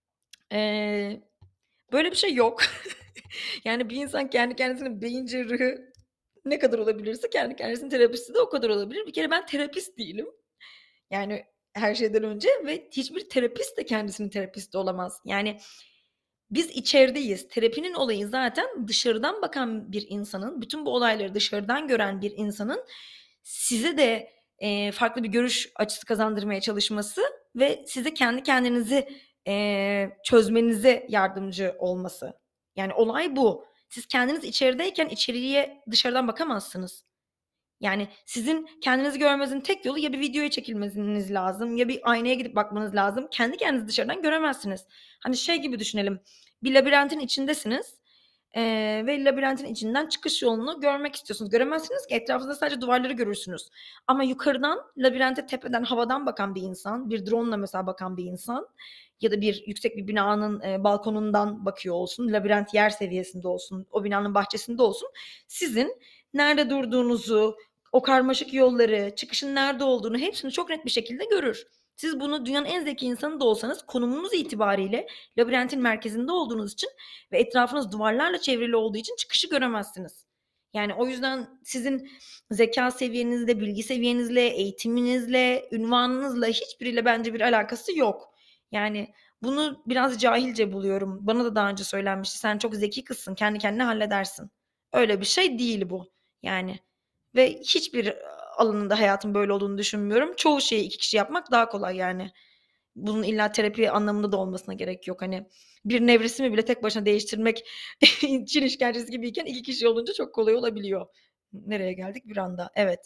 Eee, böyle bir şey yok. Yani bir insan kendi kendisinin beyin cerrahı ne kadar olabilirse kendi kendisinin terapisti de o kadar olabilir. Bir kere ben terapist değilim. Yani her şeyden önce ve hiçbir terapist de kendisinin terapisti olamaz. Yani biz içerideyiz. Terapinin olayı zaten dışarıdan bakan bir insanın, bütün bu olayları dışarıdan gören bir insanın size de farklı bir görüş açısı kazandırmaya çalışması ve size kendi kendinizi çözmenize yardımcı olması. Yani olay bu. Siz kendiniz içerideyken içeriye dışarıdan bakamazsınız. Yani sizin kendinizi görmenizin tek yolu ya bir videoya çekilmeniz lazım ya bir aynaya gidip bakmanız lazım. Kendi kendinizi dışarıdan göremezsiniz. Hani şey gibi düşünelim. Bir labirentin içindesiniz. Ve labirentin içinden çıkış yolunu görmek istiyorsunuz. Göremezsiniz ki etrafınızda sadece duvarları görürsünüz. Ama yukarıdan labirente tepeden havadan bakan bir insan, bir drone'la mesela bakan bir insan ya da bir yüksek bir binanın balkonundan bakıyor olsun, labirent yer seviyesinde olsun, o binanın bahçesinde olsun. Sizin nerede durduğunuzu, o karmaşık yolları, çıkışın nerede olduğunu hepsini çok net bir şekilde görür. Siz bunu dünyanın en zeki insanı da olsanız konumunuz itibariyle labirentin merkezinde olduğunuz için ve etrafınız duvarlarla çevrili olduğu için çıkışı göremezsiniz. Yani o yüzden sizin zeka seviyenizle, bilgi seviyenizle, eğitiminizle, ünvanınızla hiçbiriyle bence bir alakası yok. Yani bunu biraz cahilce buluyorum. Bana da daha önce söylenmişti. Sen çok zeki kızsın, kendi kendine halledersin. Öyle bir şey değil bu. Yani ve hiçbir alanında hayatın böyle olduğunu düşünmüyorum. Çoğu şeyi iki kişi yapmak daha kolay yani. Bunun illa terapi anlamında da olmasına gerek yok. Hani bir nevresimi bile tek başına değiştirmek Çin işkencesi gibiyken iki kişi olunca çok kolay olabiliyor. Nereye geldik bir anda? Evet.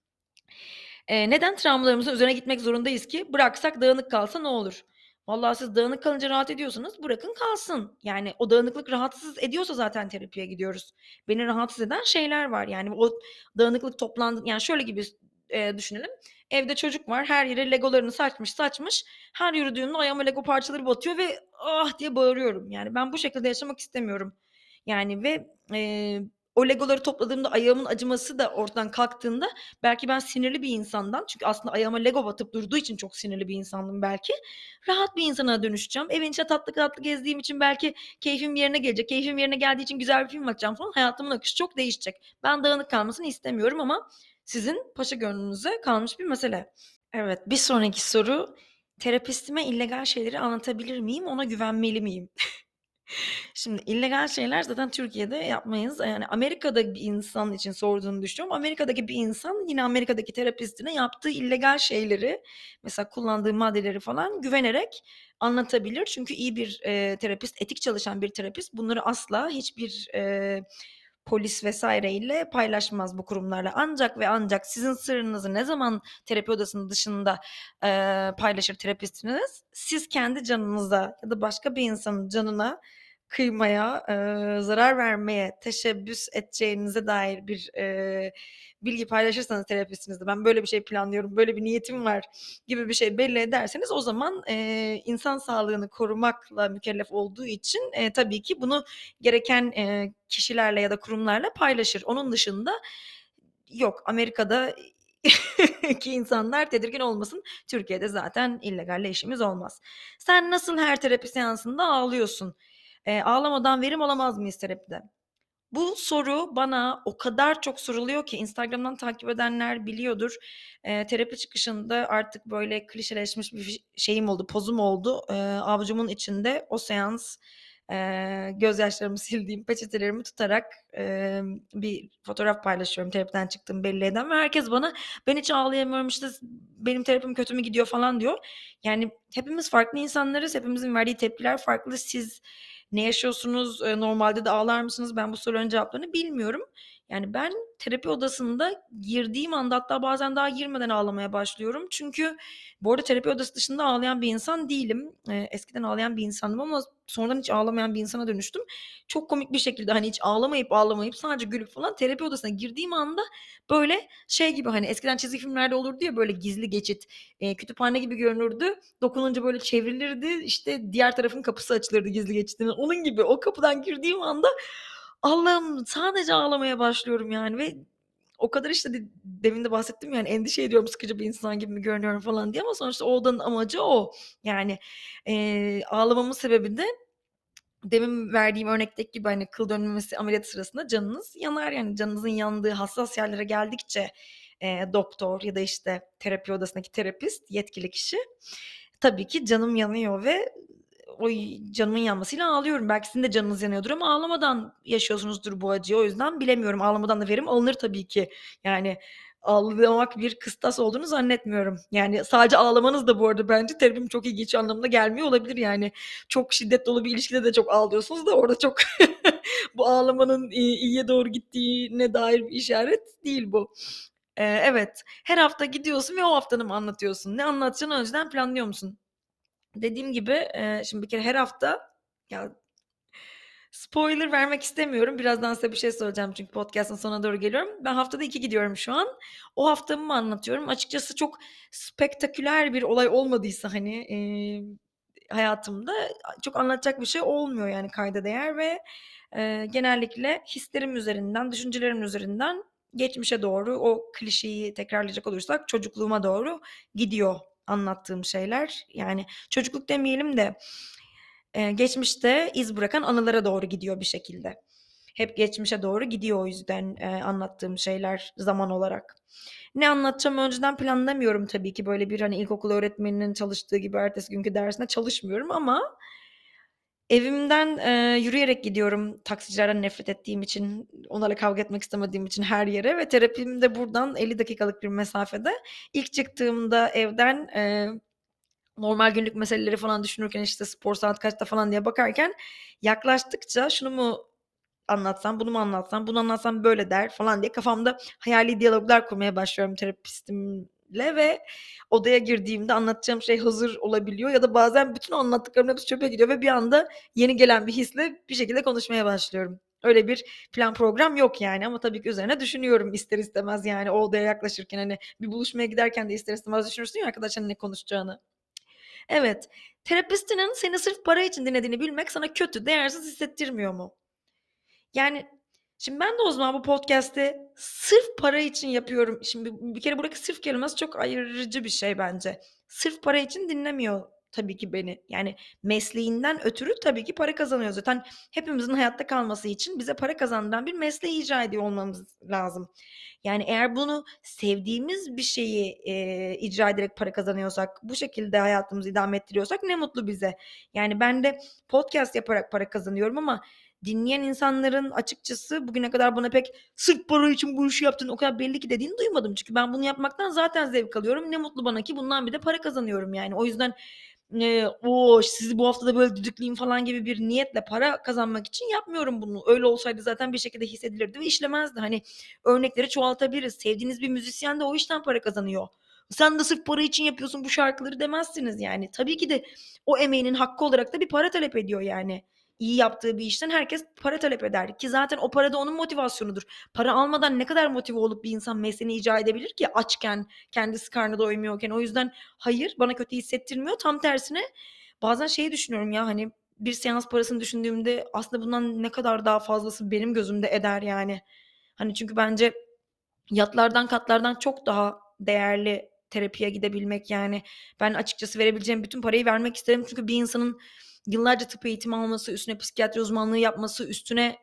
Neden travmalarımızın üzerine gitmek zorundayız ki? Bıraksak dağınık kalsa ne olur? Vallahi siz dağınık kalınca rahat ediyorsanız bırakın kalsın. Yani o dağınıklık rahatsız ediyorsa zaten terapiye gidiyoruz. Beni rahatsız eden şeyler var. Yani o dağınıklık toplandı. Yani şöyle gibi düşünelim. Evde çocuk var. Her yere legolarını saçmış. Her yürüdüğümde ayağıma lego parçaları batıyor ve ah diye bağırıyorum. Yani ben bu şekilde yaşamak istemiyorum. Yani ve o legoları topladığımda ayağımın acıması da ortadan kalktığında belki ben sinirli bir insandan çünkü aslında ayağıma lego batıp durduğu için çok sinirli bir insandım belki. Rahat bir insana dönüşeceğim. Evin içinde tatlı tatlı gezdiğim için belki keyfim yerine gelecek. Keyfim yerine geldiği için güzel bir film açacağım falan. Hayatımın akışı çok değişecek. Ben dağınık kalmasını istemiyorum ama sizin paşa gönlünüze kalmış bir mesele. Evet, bir sonraki soru. Terapistime illegal şeyleri anlatabilir miyim? Ona güvenmeli miyim? Şimdi illegal şeyler zaten Türkiye'de yapmayız. Yani Amerika'da bir insan için sorduğunu düşünüyorum. Amerika'daki bir insan yine Amerika'daki terapistine yaptığı illegal şeyleri mesela kullandığı maddeleri falan güvenerek anlatabilir. Çünkü iyi bir terapist, etik çalışan bir terapist bunları asla hiçbir polis vesaireyle paylaşmaz bu kurumlarla. Ancak ve ancak sizin sırrınızı ne zaman terapi odasının dışında paylaşır terapistiniz? Siz kendi canınıza ya da başka bir insanın canına kıymaya, zarar vermeye teşebbüs edeceğinize dair bir, bilgi paylaşırsanız terapistinizle, "Ben böyle bir şey planlıyorum, böyle bir niyetim var." gibi bir şey belli ederseniz o zaman, insan sağlığını korumakla mükellef olduğu için, tabii ki bunu gereken, kişilerle ya da kurumlarla paylaşır. Onun dışında yok, Amerika'da ki insanlar tedirgin olmasın. Türkiye'de zaten illegalle işimiz olmaz. Sen nasıl her terapi seansında ağlıyorsun? Ağlamadan verim alamaz mıyız terapide? Bu soru bana o kadar çok soruluyor ki Instagram'dan takip edenler biliyordur. Terapi çıkışında artık böyle klişeleşmiş bir şeyim oldu, pozum oldu. Avucumun içinde o seans, gözyaşlarımı sildiğim peçetelerimi tutarak, bir fotoğraf paylaşıyorum terapiden çıktığımı belli eden ve herkes bana "Ben hiç ağlayamıyorum, işte, benim terapim kötü mü gidiyor?" falan diyor. Yani hepimiz farklı insanlarız, hepimizin verdiği tepkiler farklı. Siz ne yaşıyorsunuz? Normalde de ağlar mısınız? Ben bu soruların cevaplarını bilmiyorum. Yani ben terapi odasında girdiğim anda hatta bazen daha girmeden ağlamaya başlıyorum. Çünkü bu arada terapi odası dışında ağlayan bir insan değilim. Eskiden ağlayan bir insandım ama sonradan hiç ağlamayan bir insana dönüştüm. Çok komik bir şekilde hani hiç ağlamayıp sadece gülüp falan terapi odasına girdiğim anda böyle şey gibi hani eskiden çizgi filmlerde olurdu ya böyle gizli geçit. Kütüphane gibi görünürdü. Dokununca böyle çevrilirdi. İşte diğer tarafın kapısı açılırdı gizli geçitinin. Onun gibi o kapıdan girdiğim anda Allah'ım sadece ağlamaya başlıyorum yani ve o kadar işte demin de bahsettim yani endişe ediyorum sıkıcı bir insan gibi mi görünüyorum falan diye ama sonuçta o odanın amacı o. Yani, ağlamamın sebebi de demin verdiğim örnekteki gibi, hani, kıl dönmesi ameliyatı sırasında canınız yanar, yani, canınızın yandığı hassas yerlere geldikçe, doktor ya da, işte, terapi odasındaki terapist, yetkili kişi, tabii ki canım yanıyor ve o canımın yanmasıyla ağlıyorum. Belki sizin de canınız yanıyordur ama ağlamadan yaşıyorsunuzdur bu acıyı. O yüzden bilemiyorum. Ağlamadan da verim alınır tabii ki. Yani ağlamak bir kıstas olduğunu zannetmiyorum. Yani sadece ağlamanız da bu arada bence terapim çok iyi geçiyor anlamına gelmiyor olabilir yani. Çok şiddet dolu bir ilişkide de çok ağlıyorsunuz da orada çok bu ağlamanın, iyiye doğru gittiğine dair bir işaret değil bu. Evet, her hafta gidiyorsun ve o haftanı mı anlatıyorsun? Ne anlatacağını önceden planlıyor musun? Dediğim gibi, şimdi bir kere her hafta ya spoiler vermek istemiyorum. Birazdan size bir şey söyleyeceğim çünkü podcast'ın sonuna doğru geliyorum. Ben haftada 2 gidiyorum şu an. O haftamı mı anlatıyorum? Açıkçası çok spektaküler bir olay olmadıysa hani, hayatımda çok anlatacak bir şey olmuyor yani kayda değer ve, genellikle hislerim üzerinden, düşüncelerim üzerinden geçmişe doğru o klişeyi tekrarlayacak olursak çocukluğuma doğru gidiyor anlattığım şeyler. Yani çocukluk demeyelim de, geçmişte iz bırakan anılara doğru gidiyor bir şekilde. Hep geçmişe doğru gidiyor o yüzden, anlattığım şeyler zaman olarak. Ne anlatacağımı önceden planlamıyorum tabii ki. Böyle bir, hani, ilkokul öğretmeninin çalıştığı gibi ertesi günkü dersine çalışmıyorum ama evimden, yürüyerek gidiyorum taksicilerden nefret ettiğim için, onlarla kavga etmek istemediğim için her yere ve terapim de buradan 50 dakikalık bir mesafede. İlk çıktığımda evden, normal günlük meseleleri falan düşünürken, işte, spor saat kaçta falan diye bakarken yaklaştıkça şunu mu anlatsam, bunu mu anlatsam, bunu anlatsam böyle der falan diye kafamda hayali diyaloglar kurmaya başlıyorum terapistimle ve odaya girdiğimde anlatacağım şey hazır olabiliyor ya da bazen bütün o anlattıklarımın hepsi çöpe gidiyor ve bir anda yeni gelen bir hisle bir şekilde konuşmaya başlıyorum. Öyle bir plan program yok yani ama tabii ki üzerine düşünüyorum ister istemez yani o odaya yaklaşırken, hani, bir buluşmaya giderken de ister istemez düşünürsün ya arkadaşlarınla ne konuşacağını. Evet, terapistinin seni sırf para için dinlediğini bilmek sana kötü, değersiz hissettirmiyor mu? Yani, şimdi ben de o zaman bu podcast'i sırf para için yapıyorum. Şimdi bir kere buradaki "sırf" kelimesi çok ayırıcı bir şey bence. Sırf para için dinlemiyor tabii ki beni. Yani mesleğinden ötürü tabii ki para kazanıyor. Zaten hepimizin hayatta kalması için bize para kazandıran bir mesleği icra ediyor olmamız lazım. Yani eğer bunu sevdiğimiz bir şeyi, icra ederek para kazanıyorsak, bu şekilde hayatımızı idame ettiriyorsak ne mutlu bize. Yani ben de podcast yaparak para kazanıyorum ama dinleyen insanların açıkçası bugüne kadar bana pek "Sırf para için bu işi yaptın, o kadar belli ki." dediğini duymadım. Çünkü ben bunu yapmaktan zaten zevk alıyorum. Ne mutlu bana ki bundan bir de para kazanıyorum yani. O yüzden, "O, sizi bu hafta da böyle düdükleyeyim." falan gibi bir niyetle para kazanmak için yapmıyorum bunu. Öyle olsaydı zaten bir şekilde hissedilirdi ve işlemezdi. Hani, örnekleri çoğaltabiliriz. Sevdiğiniz bir müzisyen de o işten para kazanıyor. "Sen de sırf para için yapıyorsun bu şarkıları." demezsiniz yani. Tabii ki de o emeğinin hakkı olarak da bir para talep ediyor yani. iyi yaptığı bir işten herkes para talep eder ki zaten o para da onun motivasyonudur. Para almadan ne kadar motive olup bir insan mesleğini icra edebilir ki açken, kendisi karnı doymuyorken. O yüzden hayır, bana kötü hissettirmiyor. Tam tersine bazen şeyi düşünüyorum ya, hani bir seans parasını düşündüğümde aslında bundan ne kadar daha fazlası benim gözümde eder yani. Hani çünkü bence yatlardan katlardan çok daha değerli terapiye gidebilmek yani. Ben açıkçası verebileceğim bütün parayı vermek isterim. Çünkü bir insanın yıllarca tıp eğitimi alması, üstüne psikiyatri uzmanlığı yapması, üstüne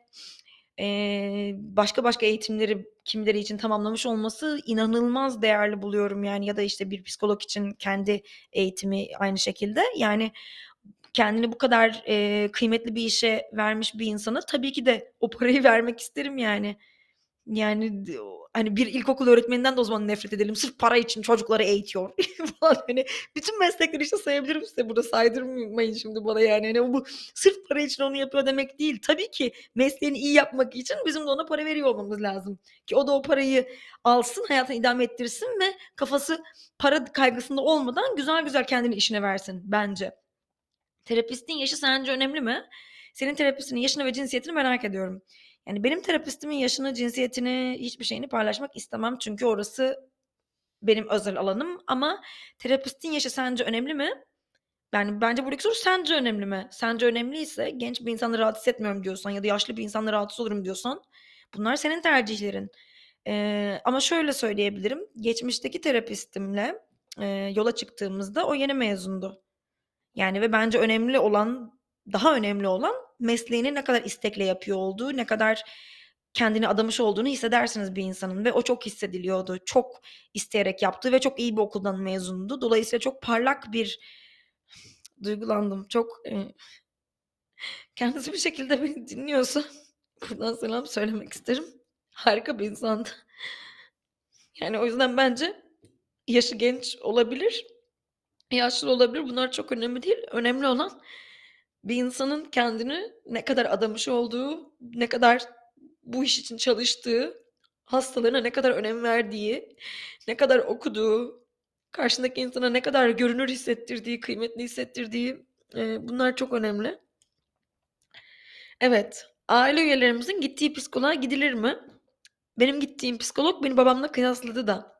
başka eğitimleri kimileri için tamamlamış olması inanılmaz değerli buluyorum yani. Ya da işte bir psikolog için kendi eğitimi aynı şekilde. Yani kendini bu kadar kıymetli bir işe vermiş bir insana tabii ki de o parayı vermek isterim yani. Yani hani bir ilkokul öğretmeninden de o zaman nefret edelim. Sırf para için çocukları eğitiyor falan. Hani bütün meslekleri işte sayabilirim size. Burada saydırmayın şimdi bana yani. Hani bu sırf para için onu yapıyor demek değil. Tabii ki mesleğini iyi yapmak için bizim de ona para veriyor olmamız lazım. Ki o da o parayı alsın, hayatını idame ettirsin ve kafası para kaygısında olmadan güzel güzel kendini işine versin bence. Terapistin yaşı sence önemli mi? Senin terapistinin yaşını ve cinsiyetini merak ediyorum. Yani benim terapistimin yaşını, cinsiyetini, hiçbir şeyini paylaşmak istemem. Çünkü orası benim özel alanım. Ama terapistin yaşı sence önemli mi? Yani bence buradaki soru sence önemli mi? Sence önemliyse, genç bir insanı rahatsız etmiyorum diyorsan ya da yaşlı bir insanla rahatsız olurum diyorsan, bunlar senin tercihlerin. Ama şöyle söyleyebilirim. Geçmişteki terapistimle yola çıktığımızda o yeni mezundu. Yani ve bence daha önemli olan mesleğini ne kadar istekle yapıyor olduğu, ne kadar kendini adamış olduğunu hissedersiniz bir insanın ve o çok hissediliyordu. Çok isteyerek yaptığı ve çok iyi bir okuldan mezundu. Dolayısıyla çok parlak bir duygulandım. Çok kendisi bir şekilde beni dinliyorsa buradan selam söylemek isterim. Harika bir insandı. Yani o yüzden bence yaşı genç olabilir, yaşlı olabilir. Bunlar çok önemli değil. Önemli olan bir insanın kendini ne kadar adamış olduğu, ne kadar bu iş için çalıştığı, hastalarına ne kadar önem verdiği, ne kadar okuduğu, karşındaki insana ne kadar görünür hissettirdiği, kıymetli hissettirdiği, bunlar çok önemli. Evet, aile üyelerimizin gittiği psikoloğa gidilir mi? Benim gittiğim psikolog beni babamla kıyasladı da.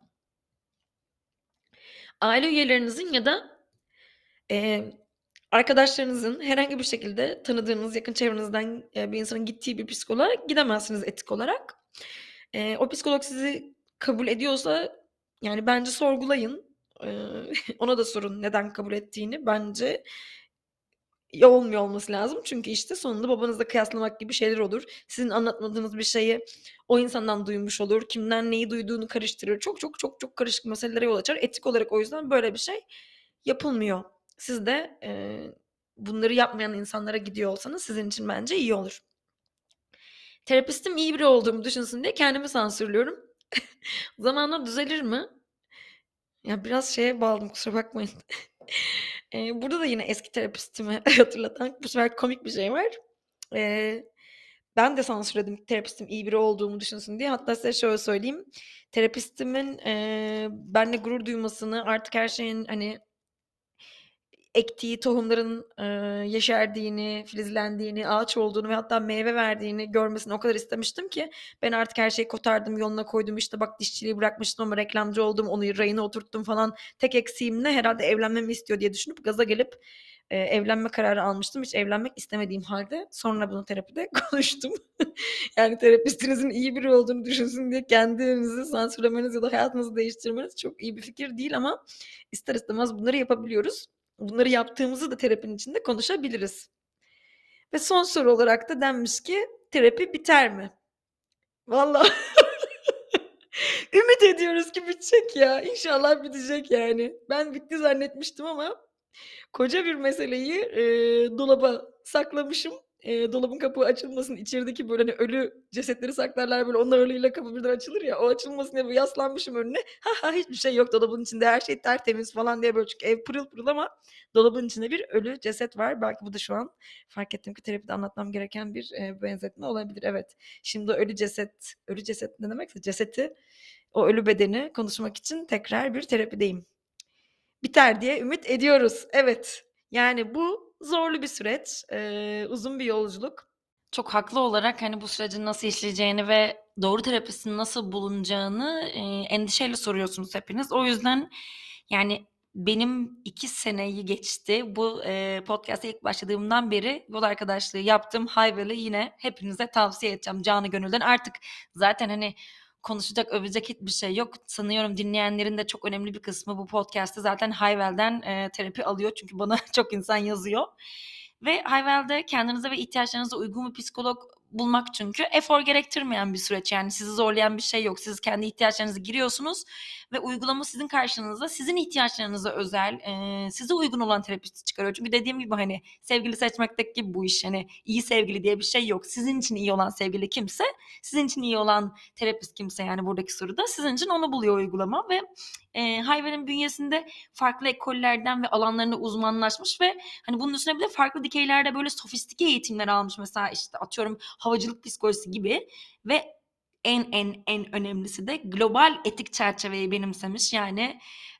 Aile üyelerinizin ya da arkadaşlarınızın herhangi bir şekilde tanıdığınız, yakın çevrenizden bir insanın gittiği bir psikoloğa gidemezsiniz etik olarak. O psikolog sizi kabul ediyorsa yani bence sorgulayın. Ona da sorun neden kabul ettiğini. Bence olmuyor olması lazım. Çünkü işte sonunda babanızla kıyaslamak gibi şeyler olur. Sizin anlatmadığınız bir şeyi o insandan duymuş olur. Kimden neyi duyduğunu karıştırır. Çok çok çok çok karışık meselelere yol açar. Etik olarak o yüzden böyle bir şey yapılmıyor. Siz de bunları yapmayan insanlara gidiyor olsanız sizin için bence iyi olur. Terapistim iyi biri olduğumu düşünsün diye kendimi sansürlüyorum. Zamanla düzelir mi? Ya biraz şeye bağladım, kusura bakmayın. Burada da yine eski terapistimi hatırlatan bu sefer komik bir şey var. Ben de sansürledim terapistim iyi biri olduğumu düşünsün diye. Hatta size şöyle söyleyeyim. Terapistimin benimle gurur duymasını, artık her şeyin hani ektiği tohumların yeşerdiğini, filizlendiğini, ağaç olduğunu ve hatta meyve verdiğini görmesini o kadar istemiştim ki ben artık her şeyi kotardım, yoluna koydum. İşte bak, dişçiliği bırakmıştım ama reklamcı oldum, onu rayına oturttum falan. Tek eksiğim ne? Herhalde evlenmemi istiyor diye düşünüp gaza gelip evlenme kararı almıştım. Hiç evlenmek istemediğim halde sonra bunu terapide konuştum. Yani terapistinizin iyi biri olduğunu düşünsün diye kendinizi sansürlemeniz ya da hayatınızı değiştirmeniz çok iyi bir fikir değil ama ister istemez bunları yapabiliyoruz. Bunları yaptığımızı da terapinin içinde konuşabiliriz. Ve son soru olarak da denmiş ki terapi biter mi? Vallahi ümit ediyoruz ki bitecek ya. İnşallah bitecek yani. Ben bitti zannetmiştim ama koca bir meseleyi, dolaba saklamışım. Dolabın kapağı açılmasın, içerideki böyle, hani, ölü cesetleri saklarlar, böyle, onun ağırlığıyla kapı birden açılır ya, o açılmasın diye böyle yaslanmışım önüne. Ha ha, hiçbir şey yok dolabın içinde, her şey tertemiz falan diye böyle çünkü ev pırıl pırıl ama dolabın içinde bir ölü ceset var. Belki bu da şu an fark ettim ki terapide anlatmam gereken bir, benzetme olabilir. Evet, şimdi o ölü ceset ne demekse ceseti, o ölü bedeni konuşmak için tekrar bir terapideyim. Biter diye ümit ediyoruz. Evet. Yani bu zorlu bir süreç, uzun bir yolculuk. Çok haklı olarak, hani, bu sürecin nasıl işleyeceğini ve doğru terapistin nasıl bulunacağını, endişeyle soruyorsunuz hepiniz. O yüzden, yani, benim 2 seneyi geçti. Bu, podcast'a ilk başladığımdan beri yol arkadaşlığı yaptığım Hayvel'i yine hepinize tavsiye edeceğim canı gönülden. Artık zaten, hani, konuşacak, övecek hiçbir şey yok. Sanıyorum dinleyenlerin de çok önemli bir kısmı bu podcast'te zaten Hayvel'den, terapi alıyor. Çünkü bana çok insan yazıyor. Ve Hayvel'de kendinize ve ihtiyaçlarınıza uygun bir psikolog bulmak çünkü efor gerektirmeyen bir süreç. Yani sizi zorlayan bir şey yok. Siz kendi ihtiyaçlarınızı giriyorsunuz ve uygulama sizin karşınıza sizin ihtiyaçlarınıza özel, size uygun olan terapisti çıkarıyor. Çünkü dediğim gibi, hani, sevgili seçmekteki gibi bu iş. Hani, iyi sevgili diye bir şey yok. Sizin için iyi olan sevgili kimse, sizin için iyi olan terapist kimse, yani buradaki soruda sizin için onu buluyor uygulama ve, Hayvel'in bünyesinde farklı ekollerden ve alanlarında uzmanlaşmış ve hani bunun üstüne bir de farklı dikeylerde böyle sofistike eğitimler almış. Mesela işte atıyorum havacılık psikolojisi gibi ve en önemlisi de global etik çerçeveyi benimsemiş. Yani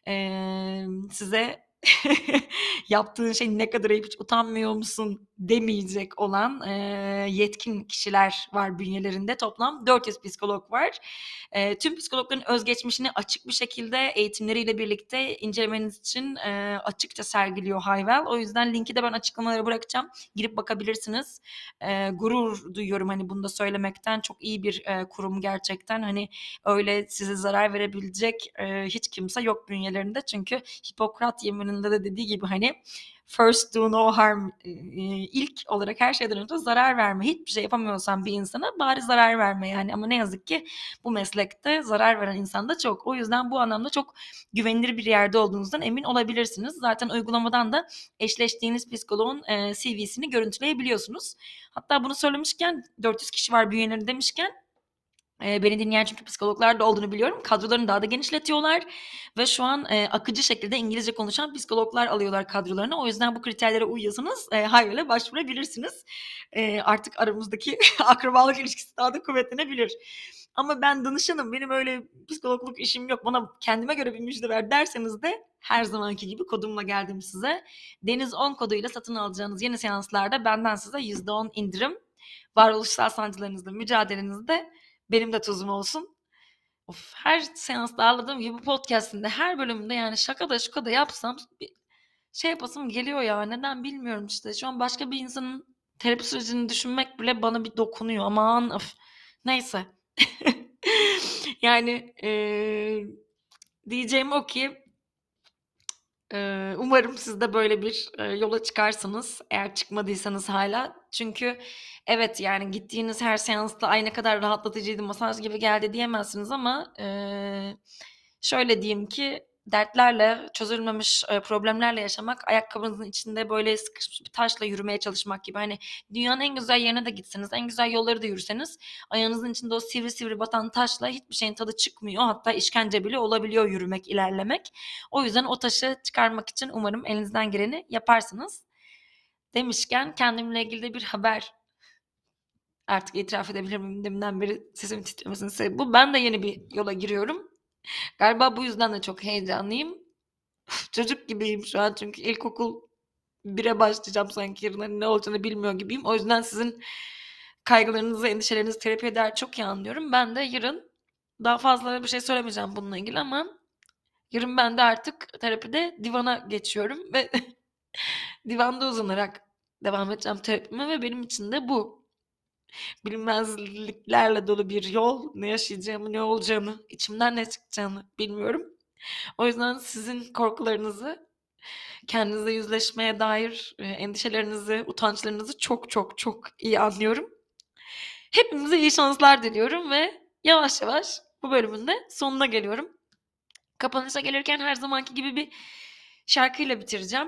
size yaptığın şey ne kadar ayıp, hiç utanmıyor musun demeyecek olan yetkin kişiler var bünyelerinde. Toplam 400 psikolog var. Tüm psikologların özgeçmişini açık bir şekilde eğitimleriyle birlikte incelemeniz için açıkça sergiliyor Hayvel. O yüzden linki de ben açıklamalara bırakacağım. Girip bakabilirsiniz. Gurur duyuyorum hani bunu da söylemekten. Çok iyi bir kurum gerçekten. Hani öyle size zarar verebilecek hiç kimse yok bünyelerinde. Çünkü Hipokrat yemininde de dediği gibi hani first do no harm, ilk olarak her şeyden önce zarar verme. Hiçbir şey yapamıyorsan bir insana bari zarar verme yani. Ama ne yazık ki bu meslekte zarar veren insan da çok. O yüzden bu anlamda çok güvenilir bir yerde olduğunuzdan emin olabilirsiniz. Zaten uygulamadan da eşleştiğiniz psikoloğun CV'sini görüntüleyebiliyorsunuz. Hatta bunu söylemişken 400 kişi var bünyeleri demişken beni dinleyen çünkü psikologlar da olduğunu biliyorum. Kadrolarını daha da genişletiyorlar ve şu an akıcı şekilde İngilizce konuşan psikologlar alıyorlar kadrolarına. O yüzden bu kriterlere uyuyorsanız Hayvel'e başvurabilirsiniz. Artık aramızdaki akrabalık ilişkisi daha da kuvvetlenebilir. Ama ben danışanım, benim öyle psikologluk işim yok, bana kendime göre bir müjde ver derseniz de her zamanki gibi kodumla geldim size. Deniz10 koduyla satın alacağınız yeni seanslarda benden size %10 indirim. Varoluşsal sancılarınızla mücadelenizde benim de tuzum olsun. Of, her seansta ağladığım gibi podcast'inde her bölümünde yani şaka da şuka da yapsam bir şey yapasım geliyor ya. Neden bilmiyorum işte. Şu an başka bir insanın terapi sürecini düşünmek bile bana bir dokunuyor. Aman of. Neyse. Yani diyeceğim o ki umarım siz de böyle bir yola çıkarsınız eğer çıkmadıysanız hala. Çünkü evet yani gittiğiniz her seansta ay ne kadar rahatlatıcıydı, masaj gibi geldi diyemezsiniz ama şöyle diyeyim ki dertlerle, çözülmemiş problemlerle yaşamak ayakkabınızın içinde böyle sıkışmış bir taşla yürümeye çalışmak gibi. Hani dünyanın en güzel yerine de gitseniz, en güzel yolları da yürüseniz ayağınızın içinde o sivri sivri batan taşla hiçbir şeyin tadı çıkmıyor. Hatta işkence bile olabiliyor yürümek, ilerlemek. O yüzden o taşı çıkarmak için umarım elinizden geleni yaparsınız. Demişken kendimle ilgili de bir haber artık itiraf edebilir miyim? Deminden beri sesimin titremesinin sebebi bu. Ben de yeni bir yola giriyorum. Galiba bu yüzden de çok heyecanlıyım. Çocuk gibiyim şu an çünkü ilkokul 1'e başlayacağım sanki yarın hani ne olacağını bilmiyor gibiyim. O yüzden sizin kaygılarınızı, endişelerinizi terapi eder çok iyi anlıyorum. Ben de yarın daha fazla bir şey söylemeyeceğim bununla ilgili ama yarın ben de artık terapide divana geçiyorum ve divanda uzanarak devam edeceğim terapime ve benim için de bu bilinmezliklerle dolu bir yol. Ne yaşayacağımı, ne olacağını, içimden ne çıkacağını bilmiyorum. O yüzden sizin korkularınızı, kendinizle yüzleşmeye dair endişelerinizi, utançlarınızı çok çok çok iyi anlıyorum. Hepimize iyi şanslar diliyorum ve yavaş yavaş bu bölümün de sonuna geliyorum. Kapanışa gelirken her zamanki gibi bir şarkıyla bitireceğim.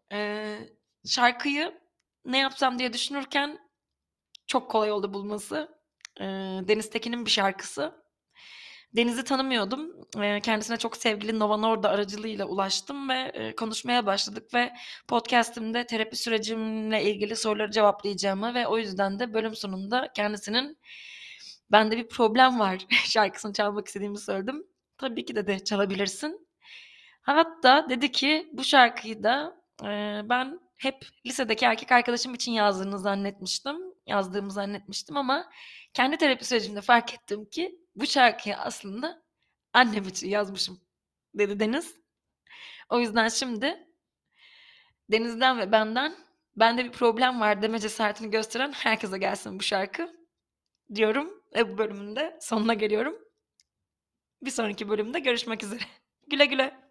Şarkıyı ne yapsam diye düşünürken çok kolay oldu bulması. Deniz Tekin'in bir şarkısı. Deniz'i tanımıyordum. Kendisine çok sevgili Nova Norda aracılığıyla ulaştım ve konuşmaya başladık ve podcast'imde terapi sürecimle ilgili soruları cevaplayacağımı ve o yüzden de bölüm sonunda kendisinin "Bende bir problem var" şarkısını çalmak istediğimi söyledim. Tabii ki de çalabilirsin. Hatta dedi ki bu şarkıyı da ben hep lisedeki erkek arkadaşım için yazdığımı zannetmiştim ama kendi terapi sürecimde fark ettim ki bu şarkıyı aslında annem için yazmışım, dedi Deniz. O yüzden şimdi Deniz'den ve benden bende bir problem var deme cesaretini gösteren herkese gelsin bu şarkı diyorum ve bu bölümün de sonuna geliyorum. Bir sonraki bölümde görüşmek üzere. Güle güle.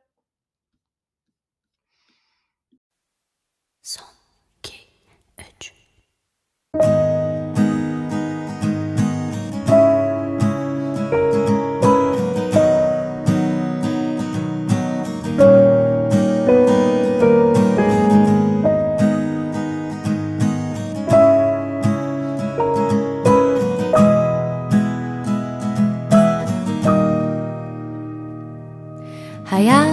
Son 2 3 Hayat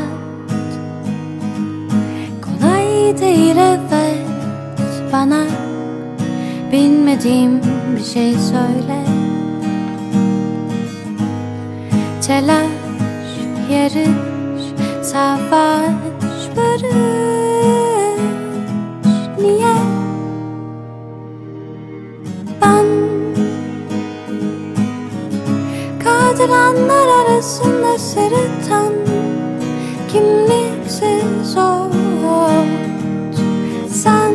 kolay değil evet, bana bilmediğim bir şey söyle. Telaş, yarış, savaş, barış. Niye ben kadranlar arasında sırıtan kimliksiz ot, sen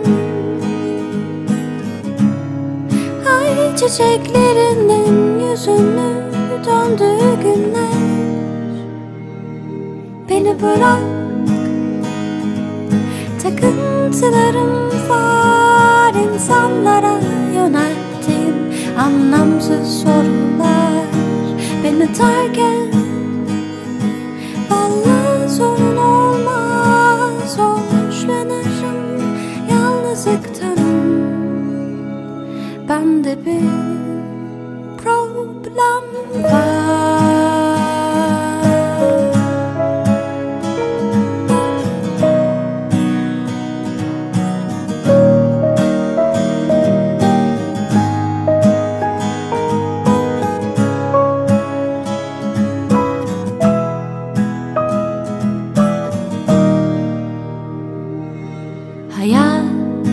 ay çiçeklerinin yüzünü döndüğü günler. Beni bırak, takıntılarım var, insanlara yönelttiğim anlamsız sorular. Beni terk et, vallahi sorun olmaz, hoşlanırım yalnızlıktan. Bende bir problem var. Hayat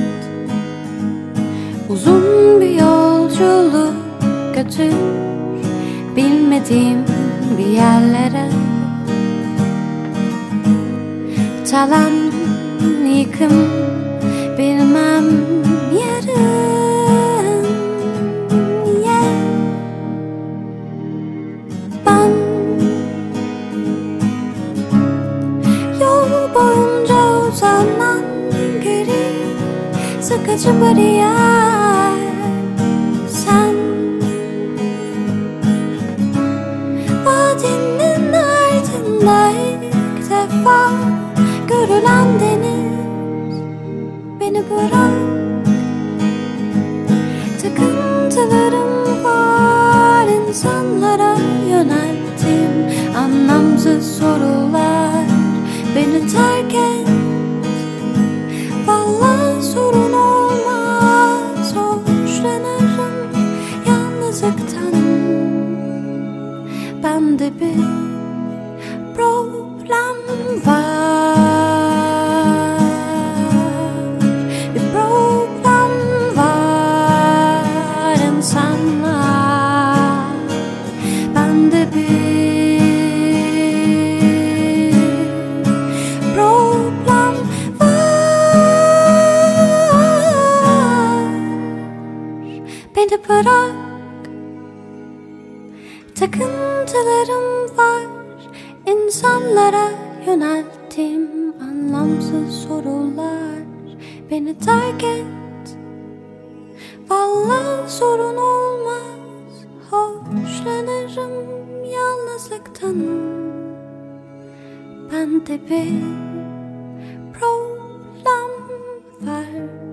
uzun bir yolculuk, götür bilmediğim bir yerlere. Talan, yıkım, bilmem yarın. Yeah. Ben yol boyunca uzanan geri sıkıcı bariyer. Sen vadinin ardında ilk defa görülen deniz. Beni bırak, takıntılarım var, insanlara yönelttiğim anlamsız sorular. Beni terk et, vallahi sorun olmaz, hoşlanırım yalnızlıktan. Bende bir problem var, bir problem var insanlar. Bende bir problem var. Beni bırak, takıntılarım var, insanlara yönelttiğim anlamsız sorular. Beni terk et, vallahi sorun olmaz, hoşlanırım yalnızlıktan. Bende bir problem var.